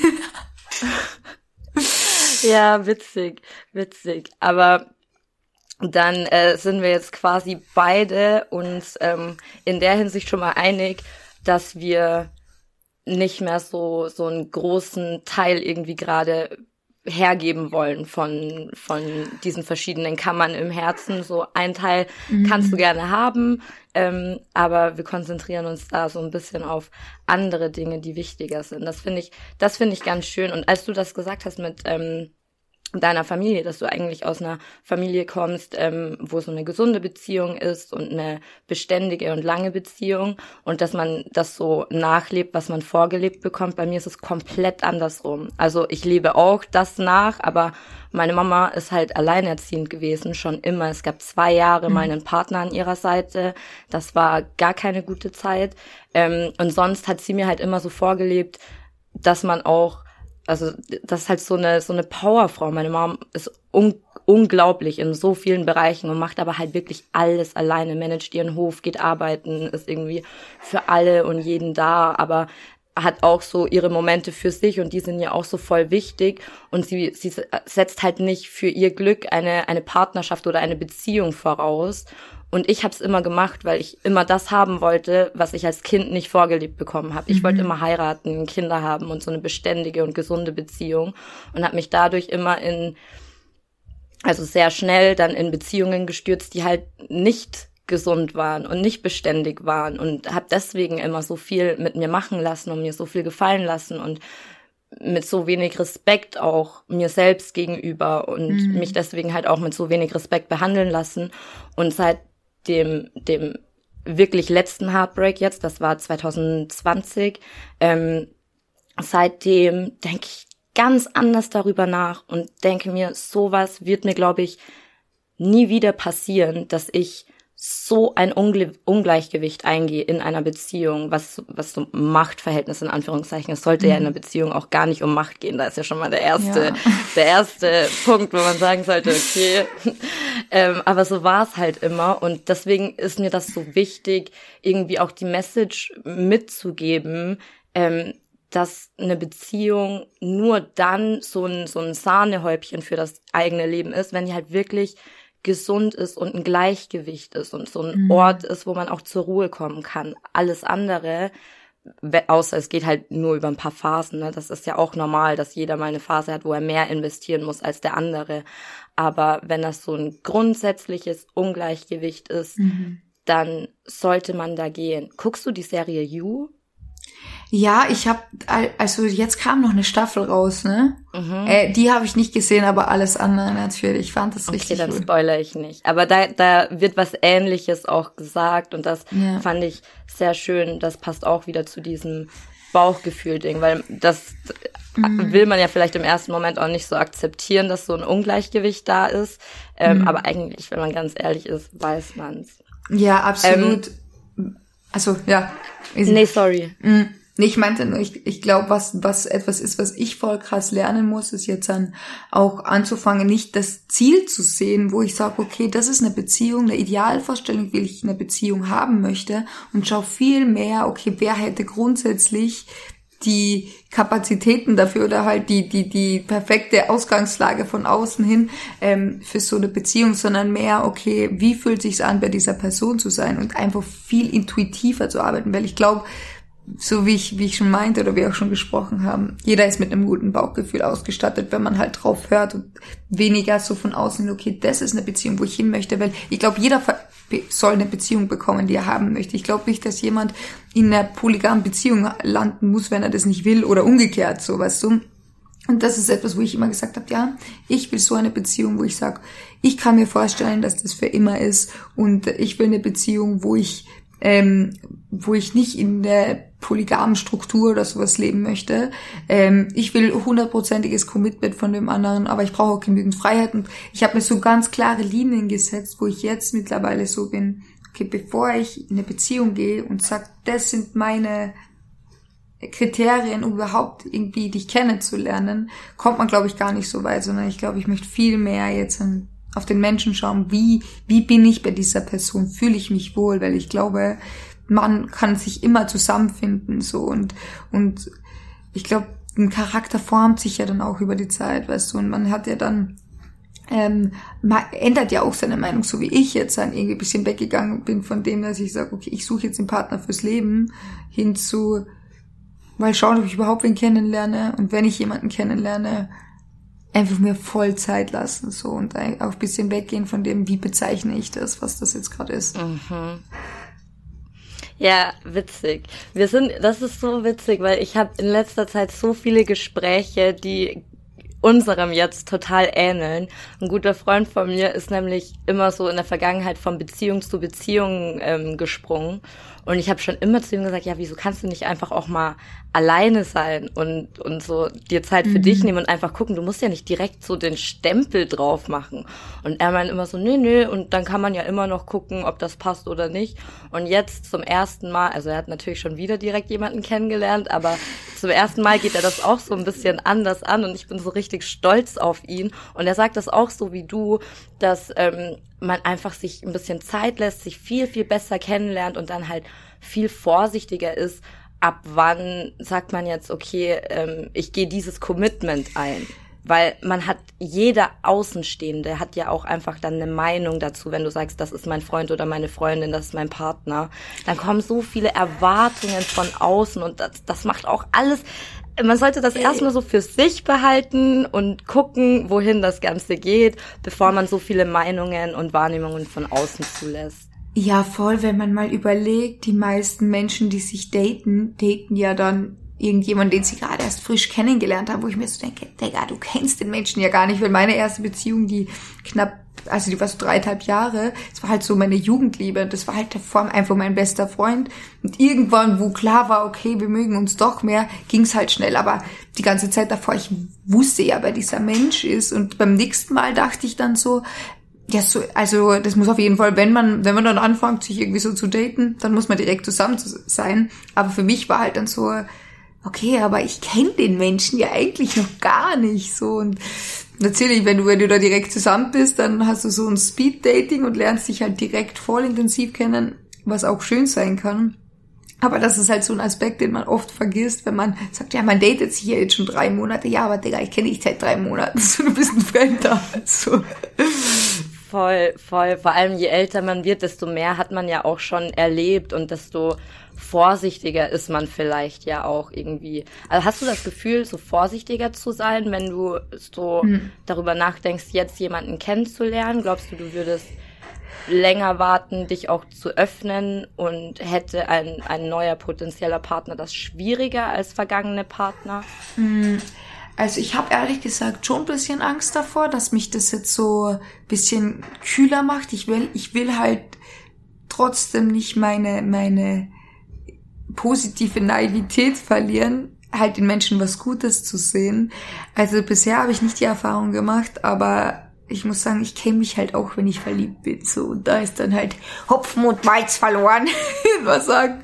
Ja, witzig. Aber dann sind wir jetzt quasi beide uns in der Hinsicht schon mal einig, dass wir nicht mehr so einen großen Teil irgendwie gerade hergeben wollen von diesen verschiedenen Kammern im Herzen. So ein Teil kannst du gerne haben, aber wir konzentrieren uns da so ein bisschen auf andere Dinge, die wichtiger sind. Das finde ich ganz schön. Und als du das gesagt hast mit deiner Familie, dass du eigentlich aus einer Familie kommst, wo so eine gesunde Beziehung ist und eine beständige und lange Beziehung und dass man das so nachlebt, was man vorgelebt bekommt. Bei mir ist es komplett andersrum. Also ich lebe auch das nach, aber meine Mama ist halt alleinerziehend gewesen, schon immer. Es gab 2 Jahre mal einen Partner an ihrer Seite. Das war gar keine gute Zeit. Und sonst hat sie mir halt immer so vorgelebt, dass man auch, also das ist halt so eine Powerfrau. Meine Mom ist unglaublich in so vielen Bereichen und macht aber halt wirklich alles alleine, managt ihren Hof, geht arbeiten, ist irgendwie für alle und jeden da, aber hat auch so ihre Momente für sich und die sind ja auch so voll wichtig und sie setzt halt nicht für ihr Glück eine Partnerschaft oder eine Beziehung voraus. Und ich habe es immer gemacht, weil ich immer das haben wollte, was ich als Kind nicht vorgelebt bekommen habe. Ich wollte immer heiraten, Kinder haben und so eine beständige und gesunde Beziehung und habe mich dadurch immer sehr schnell dann in Beziehungen gestürzt, die halt nicht gesund waren und nicht beständig waren und habe deswegen immer so viel mit mir machen lassen und mir so viel gefallen lassen und mit so wenig Respekt auch mir selbst gegenüber und mich deswegen halt auch mit so wenig Respekt behandeln lassen. Und seit dem wirklich letzten Heartbreak jetzt, das war 2020, seitdem denke ich ganz anders darüber nach und denke mir, sowas wird mir, glaube ich, nie wieder passieren, dass ich so ein Ungleichgewicht eingehe in einer Beziehung, was so Machtverhältnisse in Anführungszeichen. Es sollte ja in einer Beziehung auch gar nicht um Macht gehen. Da ist ja schon mal der erste Punkt, wo man sagen sollte, okay. Aber so war es halt immer und deswegen ist mir das so wichtig, irgendwie auch die Message mitzugeben, dass eine Beziehung nur dann so ein Sahnehäubchen für das eigene Leben ist, wenn die halt wirklich gesund ist und ein Gleichgewicht ist und so ein Ort ist, wo man auch zur Ruhe kommen kann. Alles andere, außer es geht halt nur über ein paar Phasen, ne? Das ist ja auch normal, dass jeder mal eine Phase hat, wo er mehr investieren muss als der andere. Aber wenn das so ein grundsätzliches Ungleichgewicht ist, dann sollte man da gehen. Guckst du die Serie You? Ja, also jetzt kam noch eine Staffel raus, ne? Die habe ich nicht gesehen, aber alles andere natürlich. Ich fand das richtig gut. Okay, dann gut. spoilere ich nicht. Aber da wird was Ähnliches auch gesagt und das fand ich sehr schön. Das passt auch wieder zu diesem Bauchgefühl-Ding, weil das will man ja vielleicht im ersten Moment auch nicht so akzeptieren, dass so ein Ungleichgewicht da ist. Aber eigentlich, wenn man ganz ehrlich ist, weiß man's. Ja, absolut. Also, ja. Nee, sorry. Nee, ich meinte nur, ich glaube, was etwas ist, was ich voll krass lernen muss, ist jetzt dann auch anzufangen, nicht das Ziel zu sehen, wo ich sage, okay, das ist eine Beziehung, eine Idealvorstellung, wie ich eine Beziehung haben möchte und schau viel mehr, okay, wer hätte grundsätzlich die Kapazitäten dafür oder halt die perfekte Ausgangslage von außen hin für so eine Beziehung, sondern mehr, okay, wie fühlt sich's an, bei dieser Person zu sein und einfach viel intuitiver zu arbeiten, weil ich glaube, so wie ich schon meinte oder wir auch schon gesprochen haben, jeder ist mit einem guten Bauchgefühl ausgestattet, wenn man halt drauf hört und weniger so von außen, okay, das ist eine Beziehung, wo ich hin möchte, weil ich glaube, jeder soll eine Beziehung bekommen, die er haben möchte. Ich glaube nicht, dass jemand in einer polygamen Beziehung landen muss, wenn er das nicht will oder umgekehrt, so, weißt du. Und das ist etwas, wo ich immer gesagt habe, ja, ich will so eine Beziehung, wo ich sage, ich kann mir vorstellen, dass das für immer ist und ich will eine Beziehung, wo ich nicht in der polygamen Struktur oder sowas leben möchte. Ich will 100%iges Commitment von dem anderen, aber ich brauche auch genügend Freiheit und ich habe mir so ganz klare Linien gesetzt, wo ich jetzt mittlerweile so bin, okay, bevor ich in eine Beziehung gehe und sage, das sind meine Kriterien, um überhaupt irgendwie dich kennenzulernen, kommt man, glaube ich, gar nicht so weit, sondern ich glaube, ich möchte viel mehr jetzt auf den Menschen schauen, wie bin ich bei dieser Person, fühle ich mich wohl, weil ich glaube, man kann sich immer zusammenfinden, so, und ich glaube, ein Charakter formt sich ja dann auch über die Zeit, weißt du, und man hat ja dann, man ändert ja auch seine Meinung, so wie ich jetzt dann irgendwie ein bisschen weggegangen bin von dem, dass ich sage, okay, ich suche jetzt einen Partner fürs Leben, hin zu, mal schauen, ob ich überhaupt wen kennenlerne, und wenn ich jemanden kennenlerne, einfach mir voll Zeit lassen, so, und auch ein bisschen weggehen von dem, wie bezeichne ich das, was das jetzt gerade ist. Mhm. Ja, witzig. Das ist so witzig, weil ich habe in letzter Zeit so viele Gespräche, die unserem jetzt total ähneln. Ein guter Freund von mir ist nämlich immer so in der Vergangenheit von Beziehung zu Beziehung gesprungen. Und ich habe schon immer zu ihm gesagt, ja, wieso kannst du nicht einfach auch mal alleine sein und so dir Zeit für dich nehmen und einfach gucken, du musst ja nicht direkt so den Stempel drauf machen. Und er meint immer so, nee, und dann kann man ja immer noch gucken, ob das passt oder nicht. Und jetzt zum ersten Mal, also er hat natürlich schon wieder direkt jemanden kennengelernt, aber zum ersten Mal geht er das auch so ein bisschen anders an und ich bin so richtig stolz auf ihn. Und er sagt das auch so wie du, dass man einfach sich ein bisschen Zeit lässt, sich viel, viel besser kennenlernt und dann halt viel vorsichtiger ist, ab wann sagt man jetzt, okay, ich gehe dieses Commitment ein. Weil jeder Außenstehende hat ja auch einfach dann eine Meinung dazu, wenn du sagst, das ist mein Freund oder meine Freundin, das ist mein Partner. Dann kommen so viele Erwartungen von außen und das macht auch alles. Man sollte das erstmal so für sich behalten und gucken, wohin das Ganze geht, bevor man so viele Meinungen und Wahrnehmungen von außen zulässt. Ja, voll, wenn man mal überlegt, die meisten Menschen, die sich daten ja dann irgendjemand, den sie gerade erst frisch kennengelernt haben, wo ich mir so denke, Digga, du kennst den Menschen ja gar nicht, weil meine erste Beziehung, die war so 3,5 Jahre, das war halt so meine Jugendliebe, das war halt davor einfach mein bester Freund und irgendwann, wo klar war, okay, wir mögen uns doch mehr, ging's halt schnell, aber die ganze Zeit davor, ich wusste ja, wer dieser Mensch ist und beim nächsten Mal dachte ich dann so, ja, so, also das muss auf jeden Fall, wenn man dann anfängt, sich irgendwie so zu daten, dann muss man direkt zusammen sein, aber für mich war halt dann so, okay, aber ich kenne den Menschen ja eigentlich noch gar nicht so, und natürlich, wenn du da direkt zusammen bist, dann hast du so ein Speed-Dating und lernst dich halt direkt voll intensiv kennen, was auch schön sein kann. Aber das ist halt so ein Aspekt, den man oft vergisst, wenn man sagt, ja, man datet sich ja jetzt schon 3 Monate. Ja, aber Digga, ich kenne dich seit 3 Monaten, so, du bist ein Fremder. So. Voll. Vor allem je älter man wird, desto mehr hat man ja auch schon erlebt und desto vorsichtiger ist man vielleicht ja auch irgendwie. Also hast du das Gefühl, so vorsichtiger zu sein, wenn du so darüber nachdenkst, jetzt jemanden kennenzulernen? Glaubst du, du würdest länger warten, dich auch zu öffnen, und hätte ein neuer potenzieller Partner das schwieriger als vergangene Partner? Also ich habe ehrlich gesagt schon ein bisschen Angst davor, dass mich das jetzt so ein bisschen kühler macht. Ich will halt trotzdem nicht meine positive Naivität verlieren, halt den Menschen was Gutes zu sehen. Also bisher habe ich nicht die Erfahrung gemacht, aber ich muss sagen, ich kenne mich halt auch, wenn ich verliebt bin, so, und da ist dann halt Hopfen und Malz verloren, was sagen.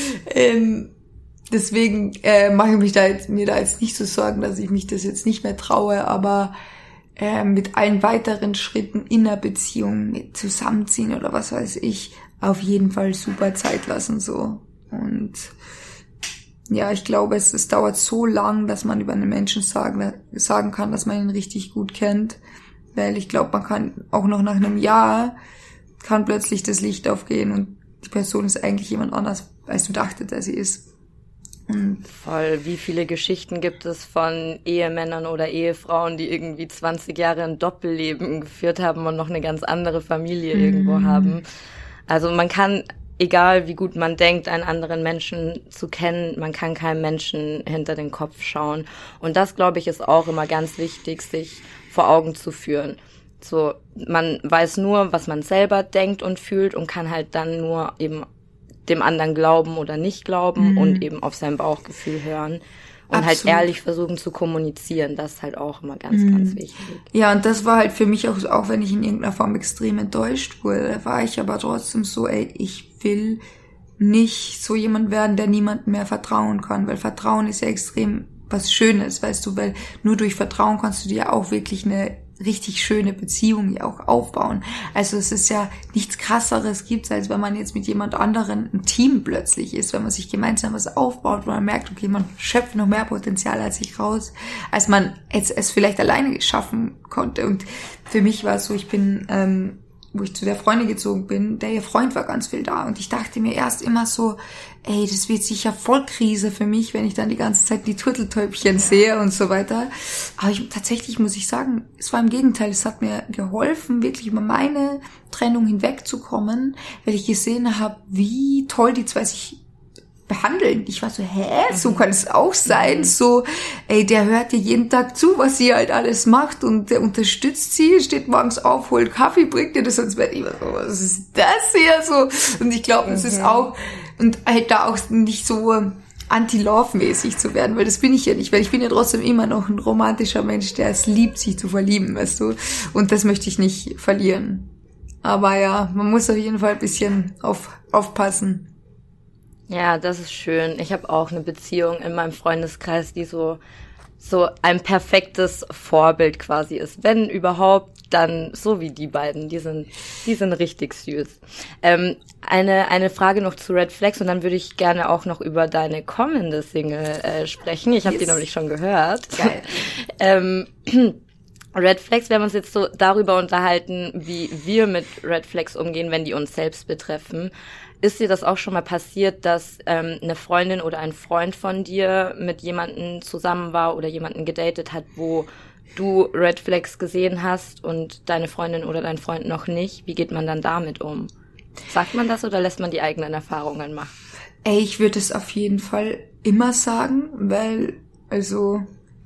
Deswegen mache ich mir da jetzt nicht so Sorgen, dass ich mich das jetzt nicht mehr traue, aber mit allen weiteren Schritten in einer Beziehung, mit Zusammenziehen oder was weiß ich, auf jeden Fall super Zeit lassen, so. Und ja, ich glaube, es dauert so lang, dass man über einen Menschen sagen kann, dass man ihn richtig gut kennt. Weil ich glaube, man kann auch noch nach einem Jahr kann plötzlich das Licht aufgehen und die Person ist eigentlich jemand anders, als du dachtest, dass sie ist. Und voll, wie viele Geschichten gibt es von Ehemännern oder Ehefrauen, die irgendwie 20 Jahre ein Doppelleben geführt haben und noch eine ganz andere Familie irgendwo haben. Also man kann, egal wie gut man denkt, einen anderen Menschen zu kennen, man kann keinem Menschen hinter den Kopf schauen. Und das, glaube ich, ist auch immer ganz wichtig, sich vor Augen zu führen. So, man weiß nur, was man selber denkt und fühlt und kann halt dann nur eben dem anderen glauben oder nicht glauben und eben auf sein Bauchgefühl hören und Absolut. halt ehrlich versuchen zu kommunizieren. Das ist halt auch immer ganz, ganz wichtig. ja, und das war halt für mich auch wenn ich in irgendeiner Form extrem enttäuscht wurde, war ich aber trotzdem so, ich will nicht so jemand werden, der niemandem mehr vertrauen kann, weil Vertrauen ist ja extrem was Schönes, weißt du, weil nur durch Vertrauen kannst du dir auch wirklich eine richtig schöne Beziehung ja auch aufbauen. Also es ist ja nichts Krasseres gibt's, als wenn man jetzt mit jemand anderen ein Team plötzlich ist, wenn man sich gemeinsam was aufbaut, wo man merkt, okay, man schöpft noch mehr Potenzial als sich raus, als man es vielleicht alleine schaffen konnte. Und für mich war es so, ich bin, wo ich zu der Freundin gezogen bin, der ihr Freund war ganz viel da. Und ich dachte mir erst immer so, das wird sicher voll Krise für mich, wenn ich dann die ganze Zeit die Turteltäubchen sehe und so weiter. Aber tatsächlich muss ich sagen, es war im Gegenteil. Es hat mir geholfen, wirklich über meine Trennung hinwegzukommen, weil ich gesehen habe, wie toll die zwei sich behandeln. Ich war so, so kann es auch sein. So, der hört dir jeden Tag zu, was sie halt alles macht und der unterstützt sie, steht morgens auf, holt Kaffee, bringt dir das ins Bett. Ich war so, was ist das hier so? Und ich glaube, es ist auch, und halt da auch nicht so anti-love-mäßig zu werden, weil das bin ich ja nicht, weil ich bin ja trotzdem immer noch ein romantischer Mensch, der es liebt, sich zu verlieben, weißt du? Und das möchte ich nicht verlieren. Aber ja, man muss auf jeden Fall ein bisschen aufpassen. Ja, das ist schön. Ich habe auch eine Beziehung in meinem Freundeskreis, die so ein perfektes Vorbild quasi ist. Wenn überhaupt, dann so wie die beiden. Die sind richtig süß. Eine Frage noch zu Red Flags und dann würde ich gerne auch noch über deine kommende Single sprechen. Ich habe die nämlich schon gehört. Geil. Red Flags, wir haben uns jetzt so darüber unterhalten, wie wir mit Red Flags umgehen, wenn die uns selbst betreffen. Ist dir das auch schon mal passiert, dass eine Freundin oder ein Freund von dir mit jemandem zusammen war oder jemanden gedatet hat, wo du Red Flags gesehen hast und deine Freundin oder dein Freund noch nicht? Wie geht man dann damit um? Sagt man das oder lässt man die eigenen Erfahrungen machen? Ich würde es auf jeden Fall immer sagen, weil, also,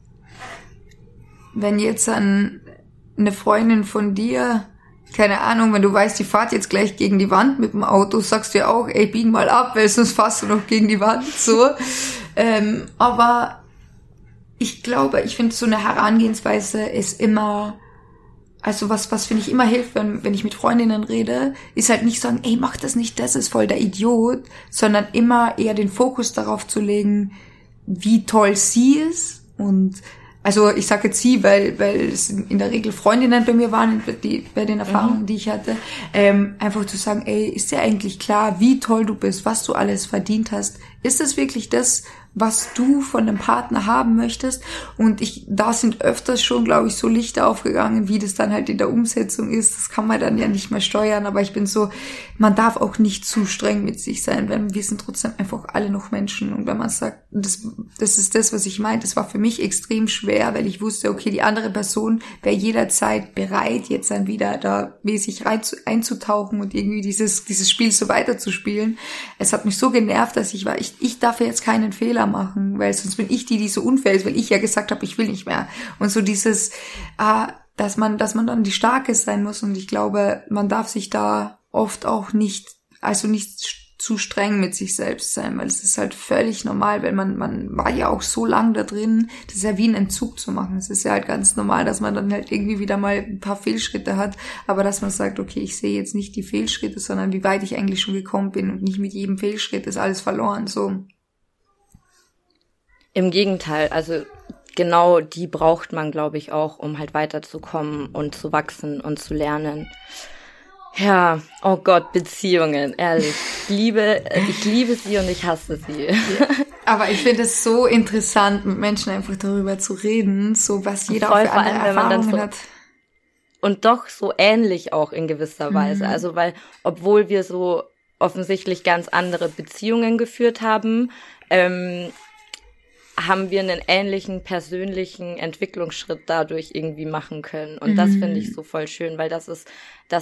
wenn jetzt eine Freundin von dir, keine Ahnung, wenn du weißt, die fahrt jetzt gleich gegen die Wand mit dem Auto, sagst du ja auch, bieg mal ab, weil sonst fährst du noch gegen die Wand, so. Aber ich glaube, ich finde so eine Herangehensweise ist immer, also was finde ich immer hilft, wenn ich mit Freundinnen rede, ist halt nicht sagen, mach das nicht, das ist voll der Idiot, sondern immer eher den Fokus darauf zu legen, wie toll sie ist und also ich sage jetzt sie, weil es in der Regel Freundinnen bei mir waren, bei den Erfahrungen, die ich hatte, einfach zu sagen, ist dir eigentlich klar, wie toll du bist, was du alles verdient hast? Ist das wirklich das, was du von einem Partner haben möchtest? Und da sind öfters schon, glaube ich, so Lichter aufgegangen, wie das dann halt in der Umsetzung ist. Das kann man dann ja nicht mehr steuern, aber ich bin so, man darf auch nicht zu streng mit sich sein, weil wir sind trotzdem einfach alle noch Menschen. Und wenn man sagt, das ist das, was ich meine, das war für mich extrem schwer, weil ich wusste, okay, die andere Person wäre jederzeit bereit, jetzt dann wieder da mäßig einzutauchen und irgendwie dieses Spiel so weiterzuspielen. Es hat mich so genervt, dass ich darf jetzt keinen Fehler machen, weil sonst bin ich die so unfair ist, weil ich ja gesagt habe, ich will nicht mehr. Und so dieses, dass man dann die Starke sein muss und ich glaube, man darf sich da oft auch nicht zu streng mit sich selbst sein, weil es ist halt völlig normal, weil man war ja auch so lang da drin, das ist ja wie ein Entzug zu machen. Es ist ja halt ganz normal, dass man dann halt irgendwie wieder mal ein paar Fehlschritte hat, aber dass man sagt, okay, ich sehe jetzt nicht die Fehlschritte, sondern wie weit ich eigentlich schon gekommen bin und nicht mit jedem Fehlschritt ist alles verloren, so. Im Gegenteil, also genau die braucht man, glaube ich, auch, um halt weiterzukommen und zu wachsen und zu lernen. Ja, oh Gott, Beziehungen, ehrlich. Ich liebe sie und ich hasse sie. Aber ich finde es so interessant, mit Menschen einfach darüber zu reden, so was jeder Voll, auch für vor allem, andere wenn man dann Erfahrungen so hat. und doch so ähnlich auch in gewisser Weise. Also weil, obwohl wir so offensichtlich ganz andere Beziehungen geführt haben, haben wir einen ähnlichen persönlichen Entwicklungsschritt dadurch irgendwie machen können. Und das finde ich so voll schön, weil das ist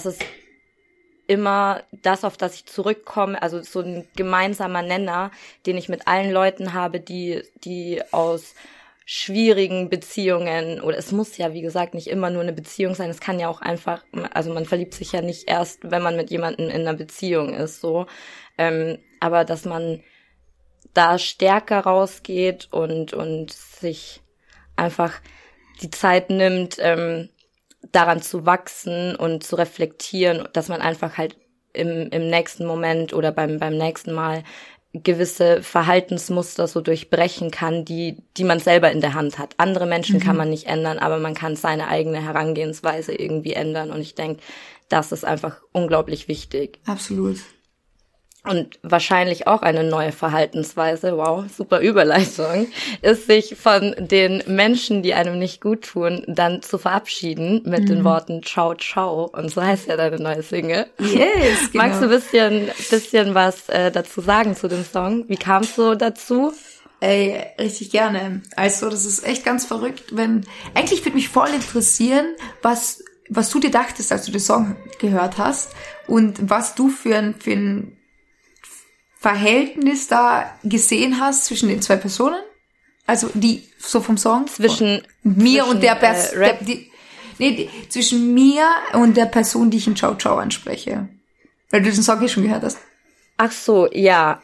immer das, auf das ich zurückkomme, also so ein gemeinsamer Nenner, den ich mit allen Leuten habe, die aus schwierigen Beziehungen, oder es muss ja, wie gesagt, nicht immer nur eine Beziehung sein, es kann ja auch einfach, also man verliebt sich ja nicht erst, wenn man mit jemandem in einer Beziehung ist, so, aber dass man da stärker rausgeht und sich einfach die Zeit nimmt, daran zu wachsen und zu reflektieren, dass man einfach halt im nächsten Moment oder beim nächsten Mal gewisse Verhaltensmuster so durchbrechen kann, die man selber in der Hand hat. Andere Menschen kann man nicht ändern, aber man kann seine eigene Herangehensweise irgendwie ändern. Und ich denke, das ist einfach unglaublich wichtig. Absolut. Und wahrscheinlich auch eine neue Verhaltensweise, wow, super Überleitung, ist sich von den Menschen, die einem nicht gut tun, dann zu verabschieden mit den Worten Ciao, ciao. Und so heißt ja deine neue Single. Yes, genau. Magst du ein bisschen was dazu sagen zu dem Song? Wie kamst du dazu? Ey, richtig gerne. Also, das ist echt ganz verrückt, eigentlich würde mich voll interessieren, was du dir dachtest, als du den Song gehört hast und was du für ein Verhältnis da gesehen hast zwischen den zwei Personen? Also die so vom Song? Zwischen mir und der Person. Zwischen mir und der Person, die ich in Ciao Ciao anspreche. Weil du den Song schon gehört hast. Ach so, ja.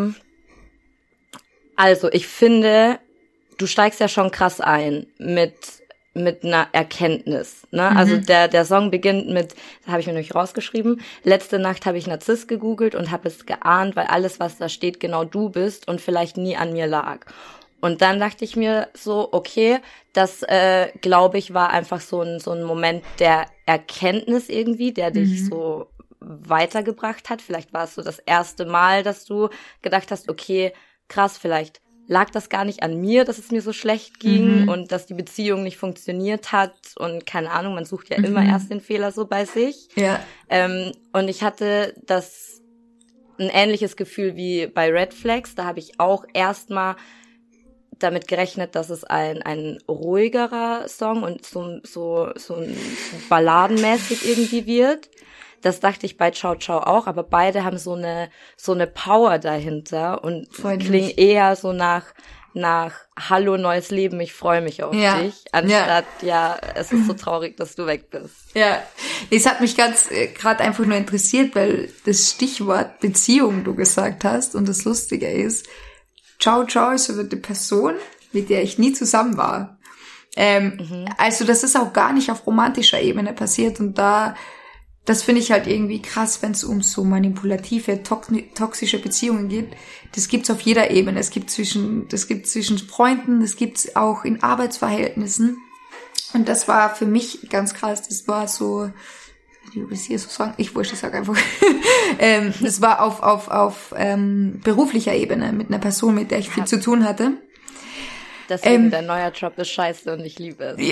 Also ich finde, du steigst ja schon krass ein mit einer Erkenntnis, ne? Also der Song beginnt mit, da habe ich mir nämlich rausgeschrieben, letzte Nacht habe ich Narziss gegoogelt und habe es geahnt, weil alles, was da steht, genau du bist und vielleicht nie an mir lag. Und dann dachte ich mir so, okay, das glaube ich war einfach so ein Moment der Erkenntnis irgendwie, der dich so weitergebracht hat. Vielleicht war es so das erste Mal, dass du gedacht hast, okay, krass, vielleicht lag das gar nicht an mir, dass es mir so schlecht ging und dass die Beziehung nicht funktioniert hat und keine Ahnung, man sucht ja immer erst den Fehler so bei sich. Ja. Und ich hatte ein ähnliches Gefühl wie bei Red Flags, da habe ich auch erstmal damit gerechnet, dass es ein ruhigerer Song und so balladenmäßig irgendwie wird. Das dachte ich bei Ciao Ciao auch, aber beide haben so eine Power dahinter und klingen eher so nach Hallo, neues Leben, ich freue mich auf dich, anstatt, es ist so traurig, dass du weg bist. Ja, es hat mich ganz gerade einfach nur interessiert, weil das Stichwort Beziehung du gesagt hast und das Lustige ist, Ciao Ciao ist über die Person, mit der ich nie zusammen war. Also das ist auch gar nicht auf romantischer Ebene passiert und das finde ich halt irgendwie krass, wenn es um so manipulative, toxische Beziehungen geht. Das gibt's auf jeder Ebene. Das gibt's zwischen Freunden, das gibt's auch in Arbeitsverhältnissen. Und das war für mich ganz krass. Das war so, wie will ich hier so sagen? Ich sag einfach. Das war auf beruflicher Ebene mit einer Person, mit der ich viel zu tun hatte. Deswegen, dein neuer Job ist scheiße und ich liebe es. Ja,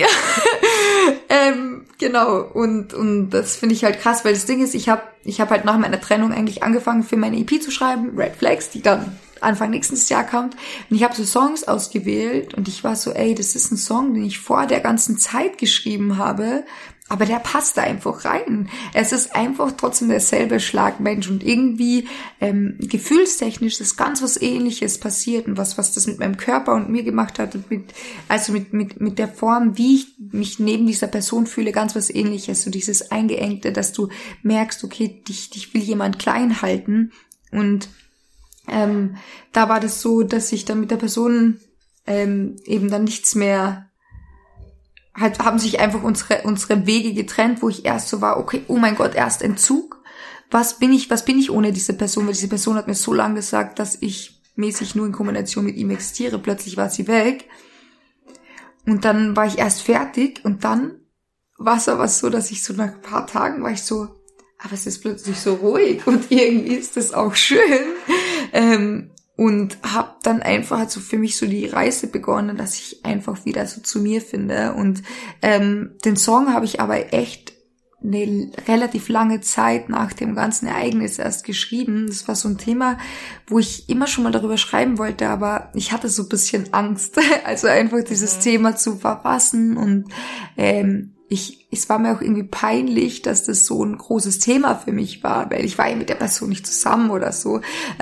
genau. Und das finde ich halt krass, weil das Ding ist, ich hab halt nach meiner Trennung eigentlich angefangen, für meine EP zu schreiben, Red Flags, die dann Anfang nächstes Jahr kommt. Und ich habe so Songs ausgewählt und ich war so, ey, das ist ein Song, den ich vor der ganzen Zeit geschrieben habe, aber der passt da einfach rein. Es ist einfach trotzdem derselbe Schlagmensch und irgendwie gefühlstechnisch ist ganz was Ähnliches passiert und was das mit meinem Körper und mir gemacht hat und mit der Form, wie ich mich neben dieser Person fühle, ganz was Ähnliches. So dieses Eingeengte, dass du merkst, okay, dich will jemand klein halten und da war das so, dass ich dann mit der Person eben dann nichts mehr halt, haben sich einfach unsere Wege getrennt, wo ich erst so war, okay, oh mein Gott, erst Entzug. Was bin ich ohne diese Person? Weil diese Person hat mir so lange gesagt, dass ich mäßig nur in Kombination mit ihm existiere. Plötzlich war sie weg. Und dann war ich erst fertig und dann war es aber so, dass ich so nach ein paar Tagen war ich so, aber es ist plötzlich so ruhig und irgendwie ist das auch schön. Und habe dann einfach also für mich so die Reise begonnen, dass ich einfach wieder so zu mir finde. Und den Song habe ich aber echt eine relativ lange Zeit nach dem ganzen Ereignis erst geschrieben. Das war so ein Thema, wo ich immer schon mal darüber schreiben wollte, aber ich hatte so ein bisschen Angst, also einfach dieses Thema zu verfassen. Und es war mir auch irgendwie peinlich, dass das so ein großes Thema für mich war, weil ich war ja mit der Person nicht zusammen oder so.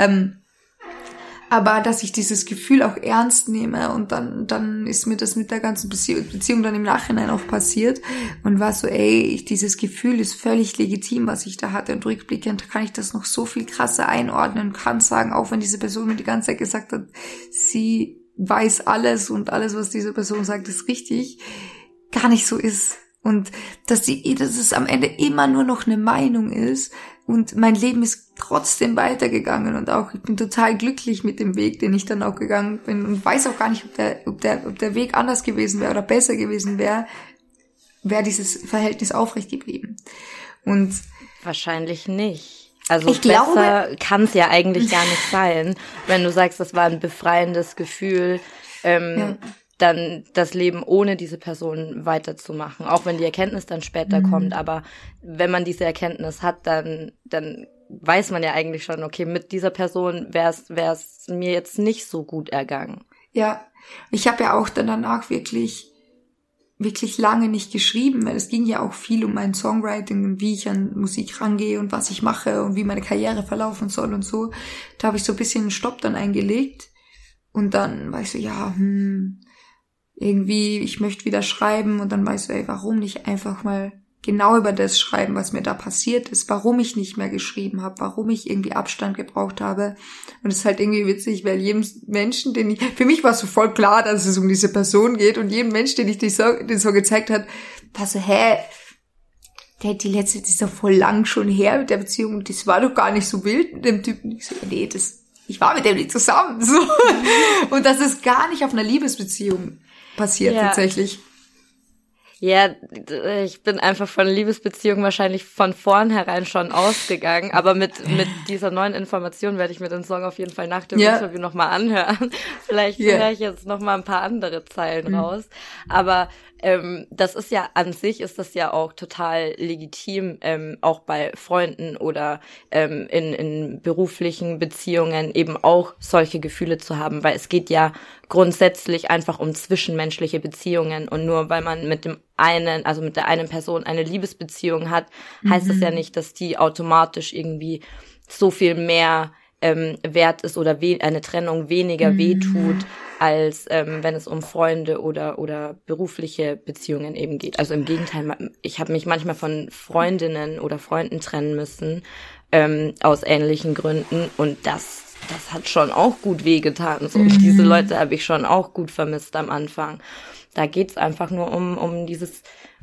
Aber dass ich dieses Gefühl auch ernst nehme und dann ist mir das mit der ganzen Beziehung dann im Nachhinein auch passiert und war so, dieses Gefühl ist völlig legitim, was ich da hatte, und rückblickend kann ich das noch so viel krasser einordnen, kann sagen, auch wenn diese Person mir die ganze Zeit gesagt hat, sie weiß alles und alles, was diese Person sagt, ist richtig, gar nicht so ist. Und dass es am Ende immer nur noch eine Meinung ist und mein Leben ist trotzdem weitergegangen und auch ich bin total glücklich mit dem Weg, den ich dann auch gegangen bin und weiß auch gar nicht, ob der Weg anders gewesen wäre oder besser gewesen wäre dieses Verhältnis aufrecht geblieben. Und wahrscheinlich nicht. Also ich besser kann es ja eigentlich gar nicht sein, wenn du sagst, das war ein befreiendes Gefühl, dann das Leben ohne diese Person weiterzumachen, auch wenn die Erkenntnis dann später kommt. Aber wenn man diese Erkenntnis hat, dann weiß man ja eigentlich schon, okay, mit dieser Person wär's mir jetzt nicht so gut ergangen. Ja, ich habe ja auch dann danach wirklich lange nicht geschrieben, weil es ging ja auch viel um mein Songwriting und wie ich an Musik rangehe und was ich mache und wie meine Karriere verlaufen soll und so. Da habe ich so ein bisschen einen Stopp dann eingelegt und dann war ich so, irgendwie, ich möchte wieder schreiben, und dann war ich so, warum nicht einfach mal genau über das schreiben, was mir da passiert ist, warum ich nicht mehr geschrieben habe, warum ich irgendwie Abstand gebraucht habe. Und es ist halt irgendwie witzig, weil jedem Menschen, für mich war es so voll klar, dass es um diese Person geht, und jedem Mensch, den ich den so gezeigt hat, war so, die letzte, die ist doch voll lang schon her mit der Beziehung, das war doch gar nicht so wild mit dem Typen. Ich so, ich war mit dem nicht zusammen, so. Und das ist gar nicht auf einer Liebesbeziehung passiert, tatsächlich. Ja, ich bin einfach von Liebesbeziehungen wahrscheinlich von vornherein schon ausgegangen, aber mit dieser neuen Information werde ich mir den Song auf jeden Fall nach dem Interview nochmal anhören. Vielleicht höre ich jetzt nochmal ein paar andere Zeilen raus, aber das ist ja an sich, ist das ja auch total legitim, auch bei Freunden oder in beruflichen Beziehungen eben auch solche Gefühle zu haben, weil es geht ja grundsätzlich einfach um zwischenmenschliche Beziehungen, und nur weil man mit der einen Person eine Liebesbeziehung hat, heißt das ja nicht, dass die automatisch irgendwie so viel mehr wert ist oder eine Trennung weniger wehtut, als wenn es um Freunde oder berufliche Beziehungen eben geht. Also im Gegenteil, ich habe mich manchmal von Freundinnen oder Freunden trennen müssen, aus ähnlichen Gründen, und das hat schon auch gut wehgetan. So. Diese Leute habe ich schon auch gut vermisst am Anfang. Da geht's einfach nur um dieses,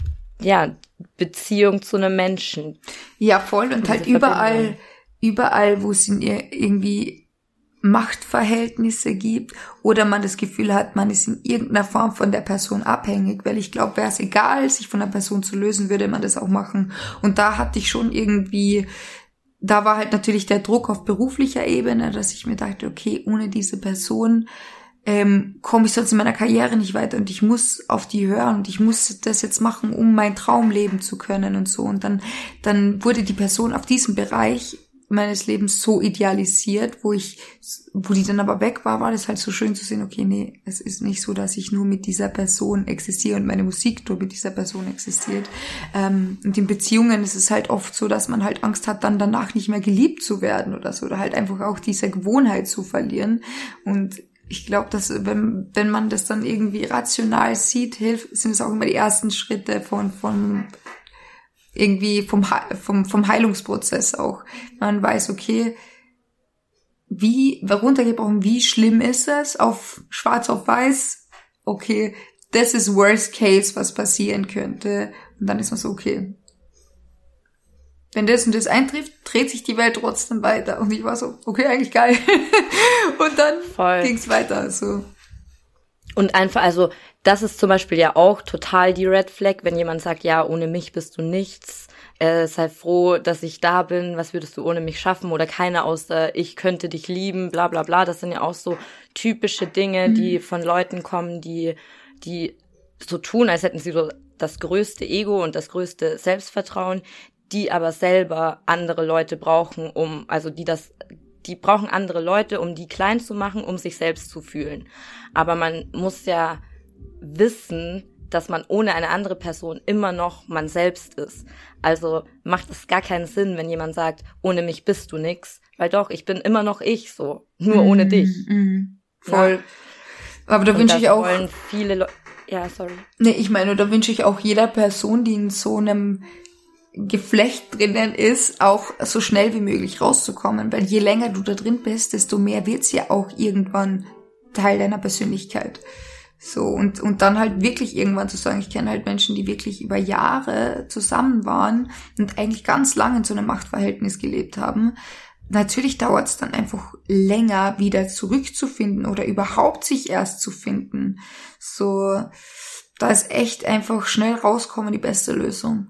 Beziehung zu einem Menschen. Ja, voll. Und halt überall, wo es irgendwie Machtverhältnisse gibt oder man das Gefühl hat, man ist in irgendeiner Form von der Person abhängig, weil ich glaube, wäre es egal, sich von der Person zu lösen, würde man das auch machen. Und da hatte ich schon irgendwie, da war halt natürlich der Druck auf beruflicher Ebene, dass ich mir dachte, okay, ohne diese Person komme ich sonst in meiner Karriere nicht weiter und ich muss auf die hören und ich muss das jetzt machen, um mein Traum leben zu können und so. Und dann wurde die Person auf diesem Bereich meines Lebens so idealisiert, wo die dann aber weg war das halt so schön zu sehen, okay, nee, es ist nicht so, dass ich nur mit dieser Person existiere und meine Musik nur mit dieser Person existiert. Und in Beziehungen ist es halt oft so, dass man halt Angst hat, dann danach nicht mehr geliebt zu werden oder so, oder halt einfach auch diese Gewohnheit zu verlieren. Und ich glaube, dass wenn man das dann irgendwie rational sieht, sind es auch immer die ersten Schritte vom Heilungsprozess auch. Man weiß, okay, runtergebrochen, wie schlimm ist es, auf schwarz auf weiß, okay, das ist worst case, was passieren könnte. Und dann ist man so, okay, wenn das und das eintrifft, dreht sich die Welt trotzdem weiter. Und ich war so, okay, eigentlich geil. Und dann ging's weiter, so. Und einfach, also das ist zum Beispiel ja auch total die Red Flag, wenn jemand sagt, ja, ohne mich bist du nichts, sei froh, dass ich da bin, was würdest du ohne mich schaffen oder keiner außer ich könnte dich lieben, bla bla bla. Das sind ja auch so typische Dinge, die von Leuten kommen, die so tun, als hätten sie so das größte Ego und das größte Selbstvertrauen, die aber selber andere Leute brauchen, die brauchen andere Leute, um die klein zu machen, um sich selbst zu fühlen. Aber man muss ja wissen, dass man ohne eine andere Person immer noch man selbst ist. Also macht es gar keinen Sinn, wenn jemand sagt, ohne mich bist du nix. Weil doch, ich bin immer noch ich so, nur ohne dich. Voll. Ja. Aber da wünsche ich auch... wollen viele Leute... Ja, sorry. Nee, ich meine, da wünsche ich auch jeder Person, die in so einem Geflecht drinnen ist, auch so schnell wie möglich rauszukommen. Weil je länger du da drin bist, desto mehr wird's ja auch irgendwann Teil deiner Persönlichkeit. So, und dann halt wirklich irgendwann zu sagen, ich kenne halt Menschen, die wirklich über Jahre zusammen waren und eigentlich ganz lange in so einem Machtverhältnis gelebt haben. Natürlich dauert es dann einfach länger, wieder zurückzufinden oder überhaupt sich erst zu finden. So, da ist echt einfach schnell rauskommen die beste Lösung.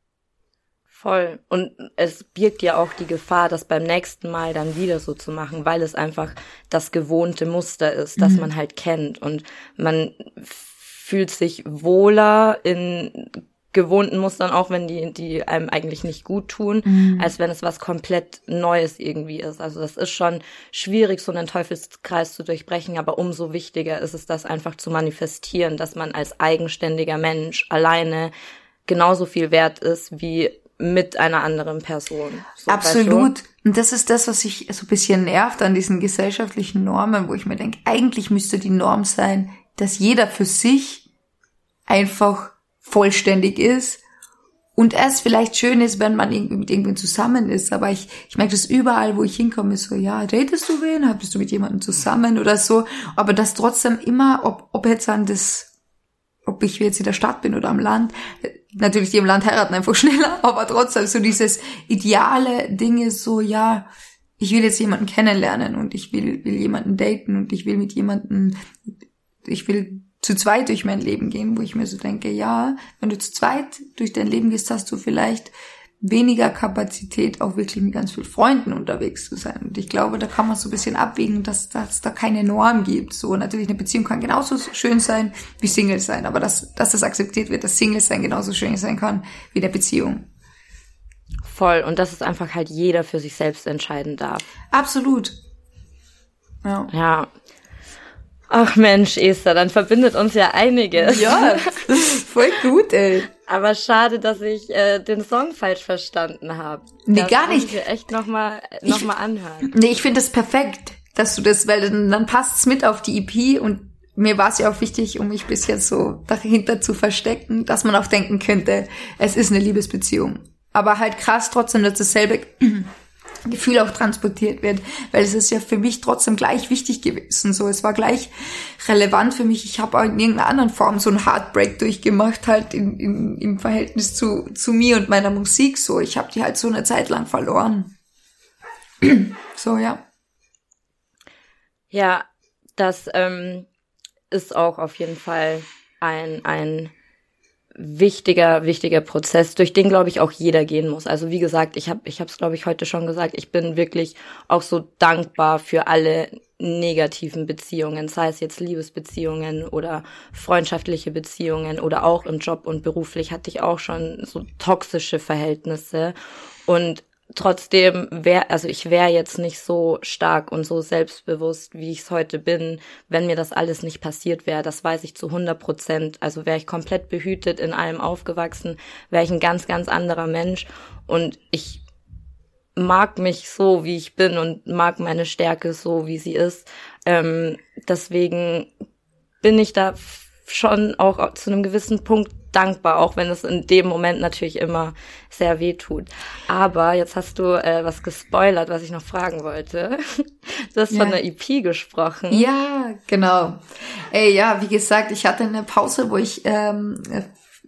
Voll. Und es birgt ja auch die Gefahr, das beim nächsten Mal dann wieder so zu machen, weil es einfach das gewohnte Muster ist, das man halt kennt. Und man fühlt sich wohler in gewohnten Mustern, auch wenn die einem eigentlich nicht gut tun, als wenn es was komplett Neues irgendwie ist. Also das ist schon schwierig, so einen Teufelskreis zu durchbrechen, aber umso wichtiger ist es, das einfach zu manifestieren, dass man als eigenständiger Mensch alleine genauso viel wert ist wie mit einer anderen Person. So, absolut. Weißt du? Und das ist das, was mich so ein bisschen nervt an diesen gesellschaftlichen Normen, wo ich mir denke, eigentlich müsste die Norm sein, dass jeder für sich einfach vollständig ist und es vielleicht schön ist, wenn man irgendwie mit irgendwem zusammen ist, aber ich merke das überall, wo ich hinkomme, ist so, ja, datest du wen? Bist du mit jemandem zusammen oder so? Aber das trotzdem immer, ob ich jetzt in der Stadt bin oder am Land, natürlich die im Land heiraten einfach schneller, aber trotzdem so dieses ideale Ding ist so, ja, ich will jetzt jemanden kennenlernen und ich will jemanden daten und ich will zu zweit durch mein Leben gehen, wo ich mir so denke, ja, wenn du zu zweit durch dein Leben gehst, hast du vielleicht weniger Kapazität, auch wirklich mit ganz vielen Freunden unterwegs zu sein. Und ich glaube, da kann man so ein bisschen abwägen, dass da keine Norm gibt. So, natürlich, eine Beziehung kann genauso schön sein wie Single sein, aber dass das akzeptiert wird, dass Single sein genauso schön sein kann wie eine Beziehung. Voll. Und dass es einfach halt jeder für sich selbst entscheiden darf. Absolut. Ja. Ach Mensch, Esther, dann verbindet uns ja einiges. Ja, voll gut, ey. Aber schade, dass ich den Song falsch verstanden habe. Nee, gar nicht. Das muss ich echt noch mal anhören. Nee, ich finde das perfekt, dass du das, weil dann passt's mit auf die EP und mir war es ja auch wichtig, um mich bis jetzt so dahinter zu verstecken, dass man auch denken könnte, es ist eine Liebesbeziehung. Aber halt krass trotzdem, dass dasselbe Gefühl auch transportiert wird, weil es ist ja für mich trotzdem gleich wichtig gewesen. So, es war gleich relevant für mich. Ich habe auch in irgendeiner anderen Form so einen Heartbreak durchgemacht, halt im Verhältnis zu mir und meiner Musik. So, ich habe die halt so eine Zeit lang verloren. So, ja. Ja, das ist auch auf jeden Fall ein wichtiger Prozess, durch den, glaube ich, auch jeder gehen muss. Also wie gesagt, ich habe es, glaube ich, heute schon gesagt, ich bin wirklich auch so dankbar für alle negativen Beziehungen, sei es jetzt Liebesbeziehungen oder freundschaftliche Beziehungen oder auch im Job und beruflich hatte ich auch schon so toxische Verhältnisse und trotzdem ich wäre jetzt nicht so stark und so selbstbewusst, wie ich es heute bin, wenn mir das alles nicht passiert wäre. Das weiß ich zu 100%. Also wäre ich komplett behütet, in allem aufgewachsen, wäre ich ein ganz, ganz anderer Mensch. Und ich mag mich so, wie ich bin und mag meine Stärke so, wie sie ist. Deswegen bin ich da schon auch zu einem gewissen Punkt dankbar, auch wenn es in dem Moment natürlich immer sehr weh tut. Aber jetzt hast du was gespoilert, was ich noch fragen wollte. Du hast von der EP gesprochen. Ja, genau. Ja, wie gesagt, ich hatte eine Pause, wo ich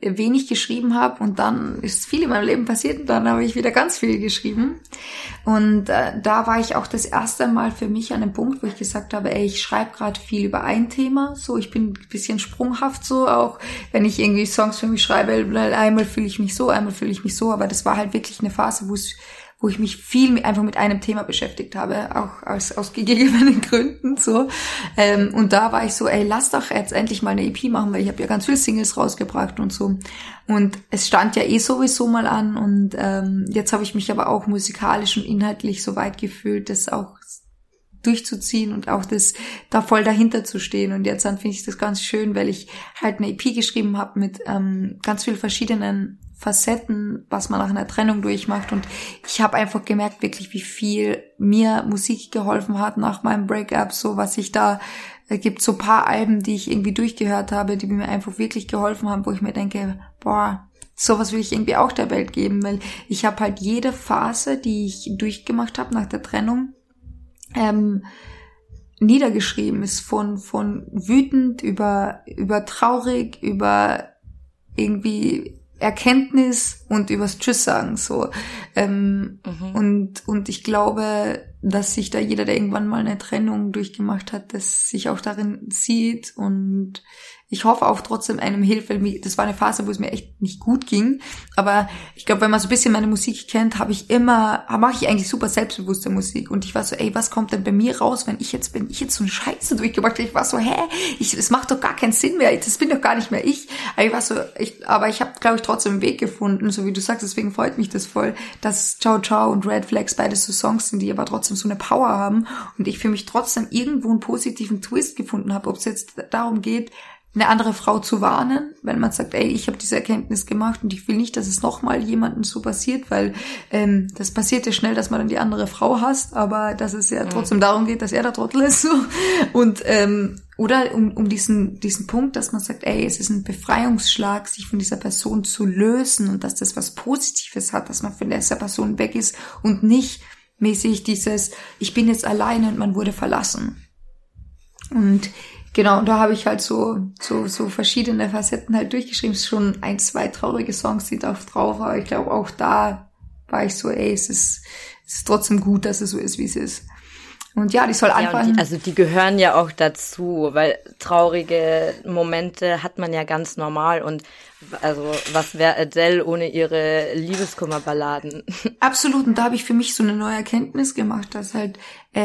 wenig geschrieben habe und dann ist viel in meinem Leben passiert und dann habe ich wieder ganz viel geschrieben. Und da war ich auch das erste Mal für mich an einem Punkt, wo ich gesagt habe, ey, ich schreibe gerade viel über ein Thema, so ich bin ein bisschen sprunghaft so, auch wenn ich irgendwie Songs für mich schreibe, einmal fühle ich mich so, einmal fühle ich mich so, aber das war halt wirklich eine Phase, wo ich mich viel einfach mit einem Thema beschäftigt habe, auch aus gegebenen Gründen so. Und da war ich so, ey, lass doch jetzt endlich mal eine EP machen, weil ich habe ja ganz viele Singles rausgebracht und so. Und es stand ja sowieso mal an und jetzt habe ich mich aber auch musikalisch und inhaltlich so weit gefühlt, das auch durchzuziehen und auch das da voll dahinter zu stehen. Und jetzt dann finde ich das ganz schön, weil ich halt eine EP geschrieben habe mit ganz vielen verschiedenen Facetten, was man nach einer Trennung durchmacht. Und ich habe einfach gemerkt, wirklich, wie viel mir Musik geholfen hat nach meinem Breakup. So, was ich da, gibt so ein paar Alben, die ich irgendwie durchgehört habe, die mir einfach wirklich geholfen haben, wo ich mir denke, boah, sowas will ich irgendwie auch der Welt geben, weil ich habe halt jede Phase, die ich durchgemacht habe nach der Trennung, niedergeschrieben. Ist von wütend über traurig, über irgendwie Erkenntnis und übers Tschüss sagen, so. Und ich glaube, dass sich da jeder, der irgendwann mal eine Trennung durchgemacht hat, das sich auch darin sieht und ich hoffe auch trotzdem einem hilft, weil das war eine Phase, wo es mir echt nicht gut ging, aber ich glaube, wenn man so ein bisschen meine Musik kennt, mache ich eigentlich super selbstbewusste Musik und ich war so, ey, was kommt denn bei mir raus, wenn ich jetzt so eine Scheiße durchgemacht habe? Ich war so, es macht doch gar keinen Sinn mehr, das bin doch gar nicht mehr ich. Aber ich habe, glaube ich, trotzdem einen Weg gefunden, so wie du sagst, deswegen freut mich das voll, dass Ciao Ciao und Red Flags beides so Songs sind, die aber trotzdem so eine Power haben und ich für mich trotzdem irgendwo einen positiven Twist gefunden habe, ob es jetzt darum geht, eine andere Frau zu warnen, wenn man sagt, ey, ich habe diese Erkenntnis gemacht und ich will nicht, dass es nochmal jemandem so passiert, weil das passiert ja schnell, dass man dann die andere Frau hasst, aber dass es ja trotzdem darum geht, dass er der Trottel ist. So. Und oder um diesen Punkt, dass man sagt, ey, es ist ein Befreiungsschlag, sich von dieser Person zu lösen und dass das was Positives hat, dass man von dieser Person weg ist und nicht mäßig dieses, ich bin jetzt alleine und man wurde verlassen. Und genau, und da habe ich halt so verschiedene Facetten halt durchgeschrieben. Es ist schon 1, 2 traurige Songs, die da drauf waren. Ich glaube, auch da war ich so, ey, es ist trotzdem gut, dass es so ist, wie es ist. Und ja, die soll anfangen. Die gehören ja auch dazu, weil traurige Momente hat man ja ganz normal. Und also was wäre Adele ohne ihre Liebeskummerballaden? Absolut, und da habe ich für mich so eine neue Erkenntnis gemacht, dass halt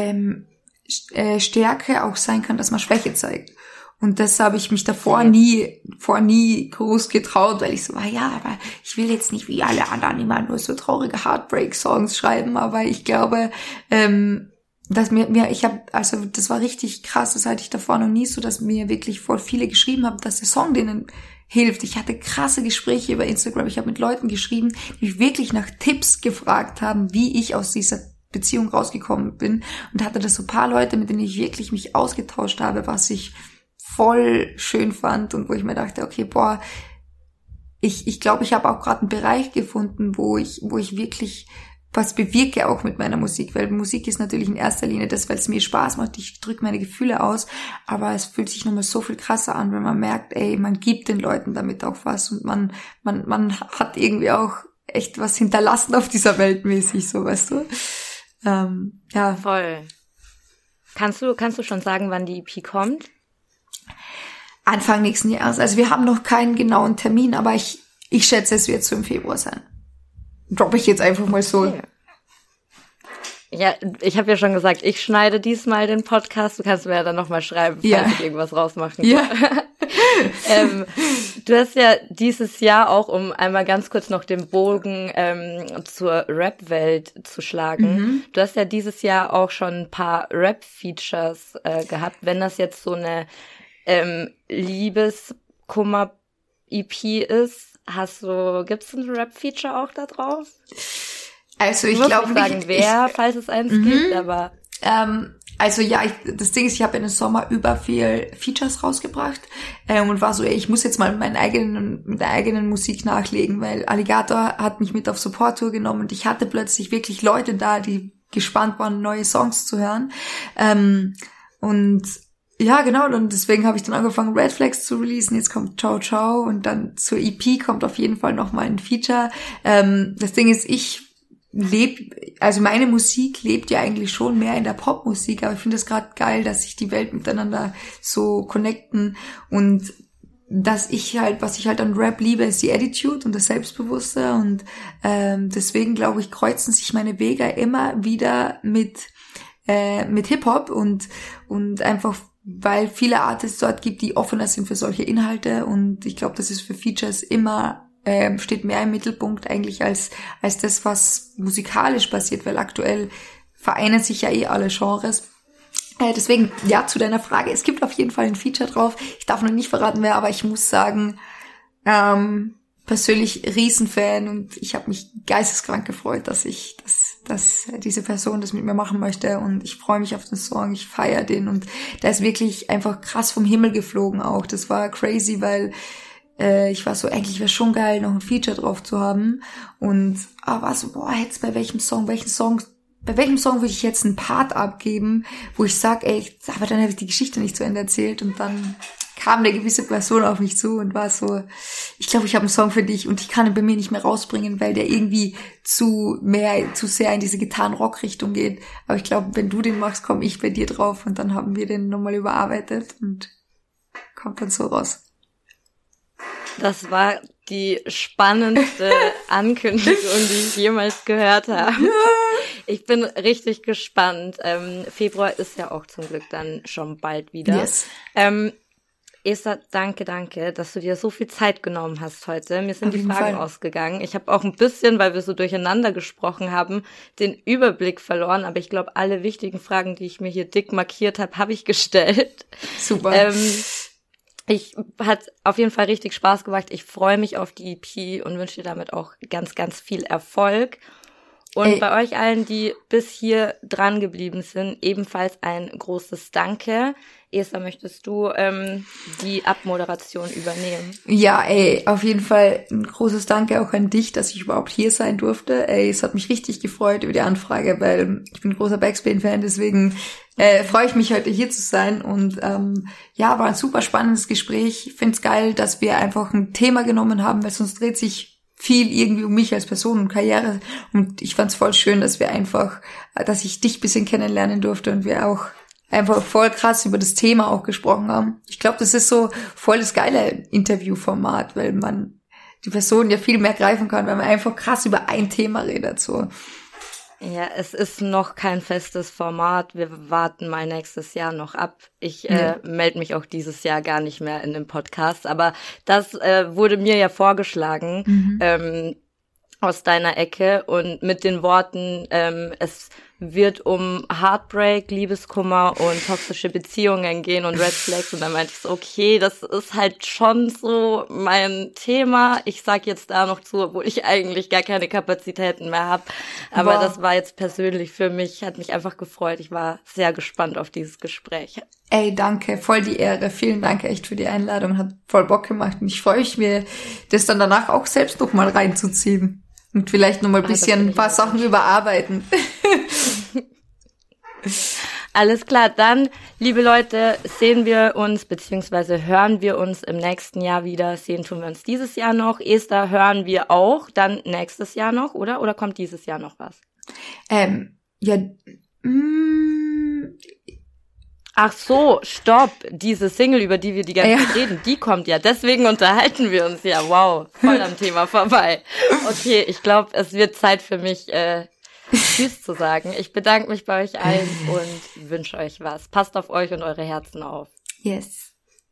Stärke auch sein kann, dass man Schwäche zeigt. Und das habe ich mich davor nie groß getraut, weil ich so war, ja, aber ich will jetzt nicht wie alle anderen immer nur so traurige Heartbreak-Songs schreiben, aber ich glaube, dass das war richtig krass, das hatte ich davor noch nie so, dass mir wirklich voll viele geschrieben haben, dass der Song denen hilft. Ich hatte krasse Gespräche über Instagram, ich habe mit Leuten geschrieben, die mich wirklich nach Tipps gefragt haben, wie ich aus dieser Beziehung rausgekommen bin und hatte das so ein paar Leute, mit denen ich wirklich mich ausgetauscht habe, was ich voll schön fand und wo ich mir dachte, okay, boah, ich glaube, ich habe auch gerade einen Bereich gefunden, wo ich wirklich was bewirke auch mit meiner Musik, weil Musik ist natürlich in erster Linie das, weil es mir Spaß macht, ich drücke meine Gefühle aus, aber es fühlt sich nochmal so viel krasser an, wenn man merkt, ey, man gibt den Leuten damit auch was und man hat irgendwie auch echt was hinterlassen auf dieser Welt mäßig, so, weißt du? Ja. Voll. Kannst du schon sagen, wann die EP kommt? Anfang nächsten Jahres. Also wir haben noch keinen genauen Termin, aber ich schätze, es wird so im Februar sein. Droppe ich jetzt einfach mal so. Okay. Ja, ich habe ja schon gesagt, ich schneide diesmal den Podcast. Du kannst mir ja dann nochmal schreiben, falls ich irgendwas rausmachen kann. Ja. Du hast ja dieses Jahr auch, um einmal ganz kurz noch den Bogen zur Rap-Welt zu schlagen, du hast ja dieses Jahr auch schon ein paar Rap-Features gehabt. Wenn das jetzt so eine Liebeskummer-EP ist, gibt's ein Rap-Feature auch da drauf? Also ich glaube nicht, falls es eins gibt, aber also ja, das Ding ist, ich habe in den Sommer über 4 Features rausgebracht und war so, ey, ich muss jetzt mal mit der eigenen Musik nachlegen, weil Alligator hat mich mit auf Support-Tour genommen und ich hatte plötzlich wirklich Leute da, die gespannt waren, neue Songs zu hören. Und ja, genau, und deswegen habe ich dann angefangen, Red Flags zu releasen. Jetzt kommt Ciao Ciao und dann zur EP kommt auf jeden Fall nochmal ein Feature. Das Ding ist, also meine Musik lebt ja eigentlich schon mehr in der Popmusik, aber ich finde es gerade geil, dass sich die Welt miteinander so connecten und was ich halt an Rap liebe, ist die Attitude und das Selbstbewusste und deswegen glaube ich, kreuzen sich meine Wege immer wieder mit Hip-Hop und einfach, weil viele Artists dort gibt, die offener sind für solche Inhalte und ich glaube, das ist für Features immer steht mehr im Mittelpunkt eigentlich als das, was musikalisch passiert, weil aktuell vereinen sich ja alle Genres. Deswegen, ja, zu deiner Frage, es gibt auf jeden Fall ein Feature drauf. Ich darf noch nicht verraten, wer, aber ich muss sagen, persönlich Riesenfan und ich habe mich geisteskrank gefreut, dass diese Person das mit mir machen möchte und ich freue mich auf den Song, ich feiere den und der ist wirklich einfach krass vom Himmel geflogen auch. Das war crazy, weil ich war so, eigentlich wäre schon geil, noch ein Feature drauf zu haben und war so, jetzt bei welchem Song würde ich jetzt einen Part abgeben, wo ich sag, aber dann habe ich die Geschichte nicht zu Ende erzählt und dann kam eine gewisse Person auf mich zu und war so, ich glaube, ich habe einen Song für dich und ich kann ihn bei mir nicht mehr rausbringen, weil der irgendwie zu sehr in diese Gitarren-Rock-Richtung geht. Aber ich glaube, wenn du den machst, komme ich bei dir drauf und dann haben wir den nochmal überarbeitet und kommt dann so raus. Das war die spannendste Ankündigung, die ich jemals gehört habe. Ich bin richtig gespannt. Februar ist ja auch zum Glück dann schon bald wieder. Yes. Esther, danke, dass du dir so viel Zeit genommen hast heute. Mir sind die Fragen ausgegangen. Ich habe auch ein bisschen, weil wir so durcheinander gesprochen haben, den Überblick verloren. Aber ich glaube, alle wichtigen Fragen, die ich mir hier dick markiert habe ich gestellt. Super. Hat auf jeden Fall richtig Spaß gemacht. Ich freue mich auf die EP und wünsche dir damit auch ganz, ganz viel Erfolg. Und bei euch allen, die bis hier dran geblieben sind, ebenfalls ein großes Danke. Esther, möchtest du die Abmoderation übernehmen? Ja, auf jeden Fall ein großes Danke auch an dich, dass ich überhaupt hier sein durfte. Es hat mich richtig gefreut über die Anfrage, weil ich bin ein großer Backspin-Fan, deswegen freue ich mich, heute hier zu sein. Und war ein super spannendes Gespräch. Ich finde es geil, dass wir einfach ein Thema genommen haben, weil sonst dreht sich viel irgendwie um mich als Person und Karriere. Und ich fand es voll schön, dass ich dich ein bisschen kennenlernen durfte und wir auch einfach voll krass über das Thema auch gesprochen haben. Ich glaube, das ist so voll das geile Interviewformat, weil man die Person ja viel mehr greifen kann, weil man einfach krass über ein Thema redet, so. Ja, es ist noch kein festes Format. Wir warten mal nächstes Jahr noch ab. Ich melde mich auch dieses Jahr gar nicht mehr in dem Podcast, aber das wurde mir ja vorgeschlagen aus deiner Ecke und mit den Worten, es wird um Heartbreak, Liebeskummer und toxische Beziehungen gehen und Red Flags. Und dann meinte ich so, okay, das ist halt schon so mein Thema. Ich sag jetzt da noch zu, obwohl ich eigentlich gar keine Kapazitäten mehr habe. Aber das war jetzt persönlich für mich, hat mich einfach gefreut. Ich war sehr gespannt auf dieses Gespräch. Danke, voll die Ehre. Vielen Dank echt für die Einladung. Hat voll Bock gemacht. Und ich freue mich, mir das dann danach auch selbst noch mal reinzuziehen. Und vielleicht noch mal ein paar Sachen überarbeiten. Alles klar, dann, liebe Leute, sehen wir uns, beziehungsweise hören wir uns im nächsten Jahr wieder. Sehen tun wir uns dieses Jahr noch. Esther hören wir auch, dann nächstes Jahr noch, oder? Oder kommt dieses Jahr noch was? Ach so, stopp. Diese Single, über die wir die ganze Zeit reden, die kommt ja. Deswegen unterhalten wir uns ja. Wow, voll am Thema vorbei. Okay, ich glaube, es wird Zeit für mich, Tschüss zu sagen. Ich bedanke mich bei euch allen und wünsche euch was. Passt auf euch und eure Herzen auf. Yes.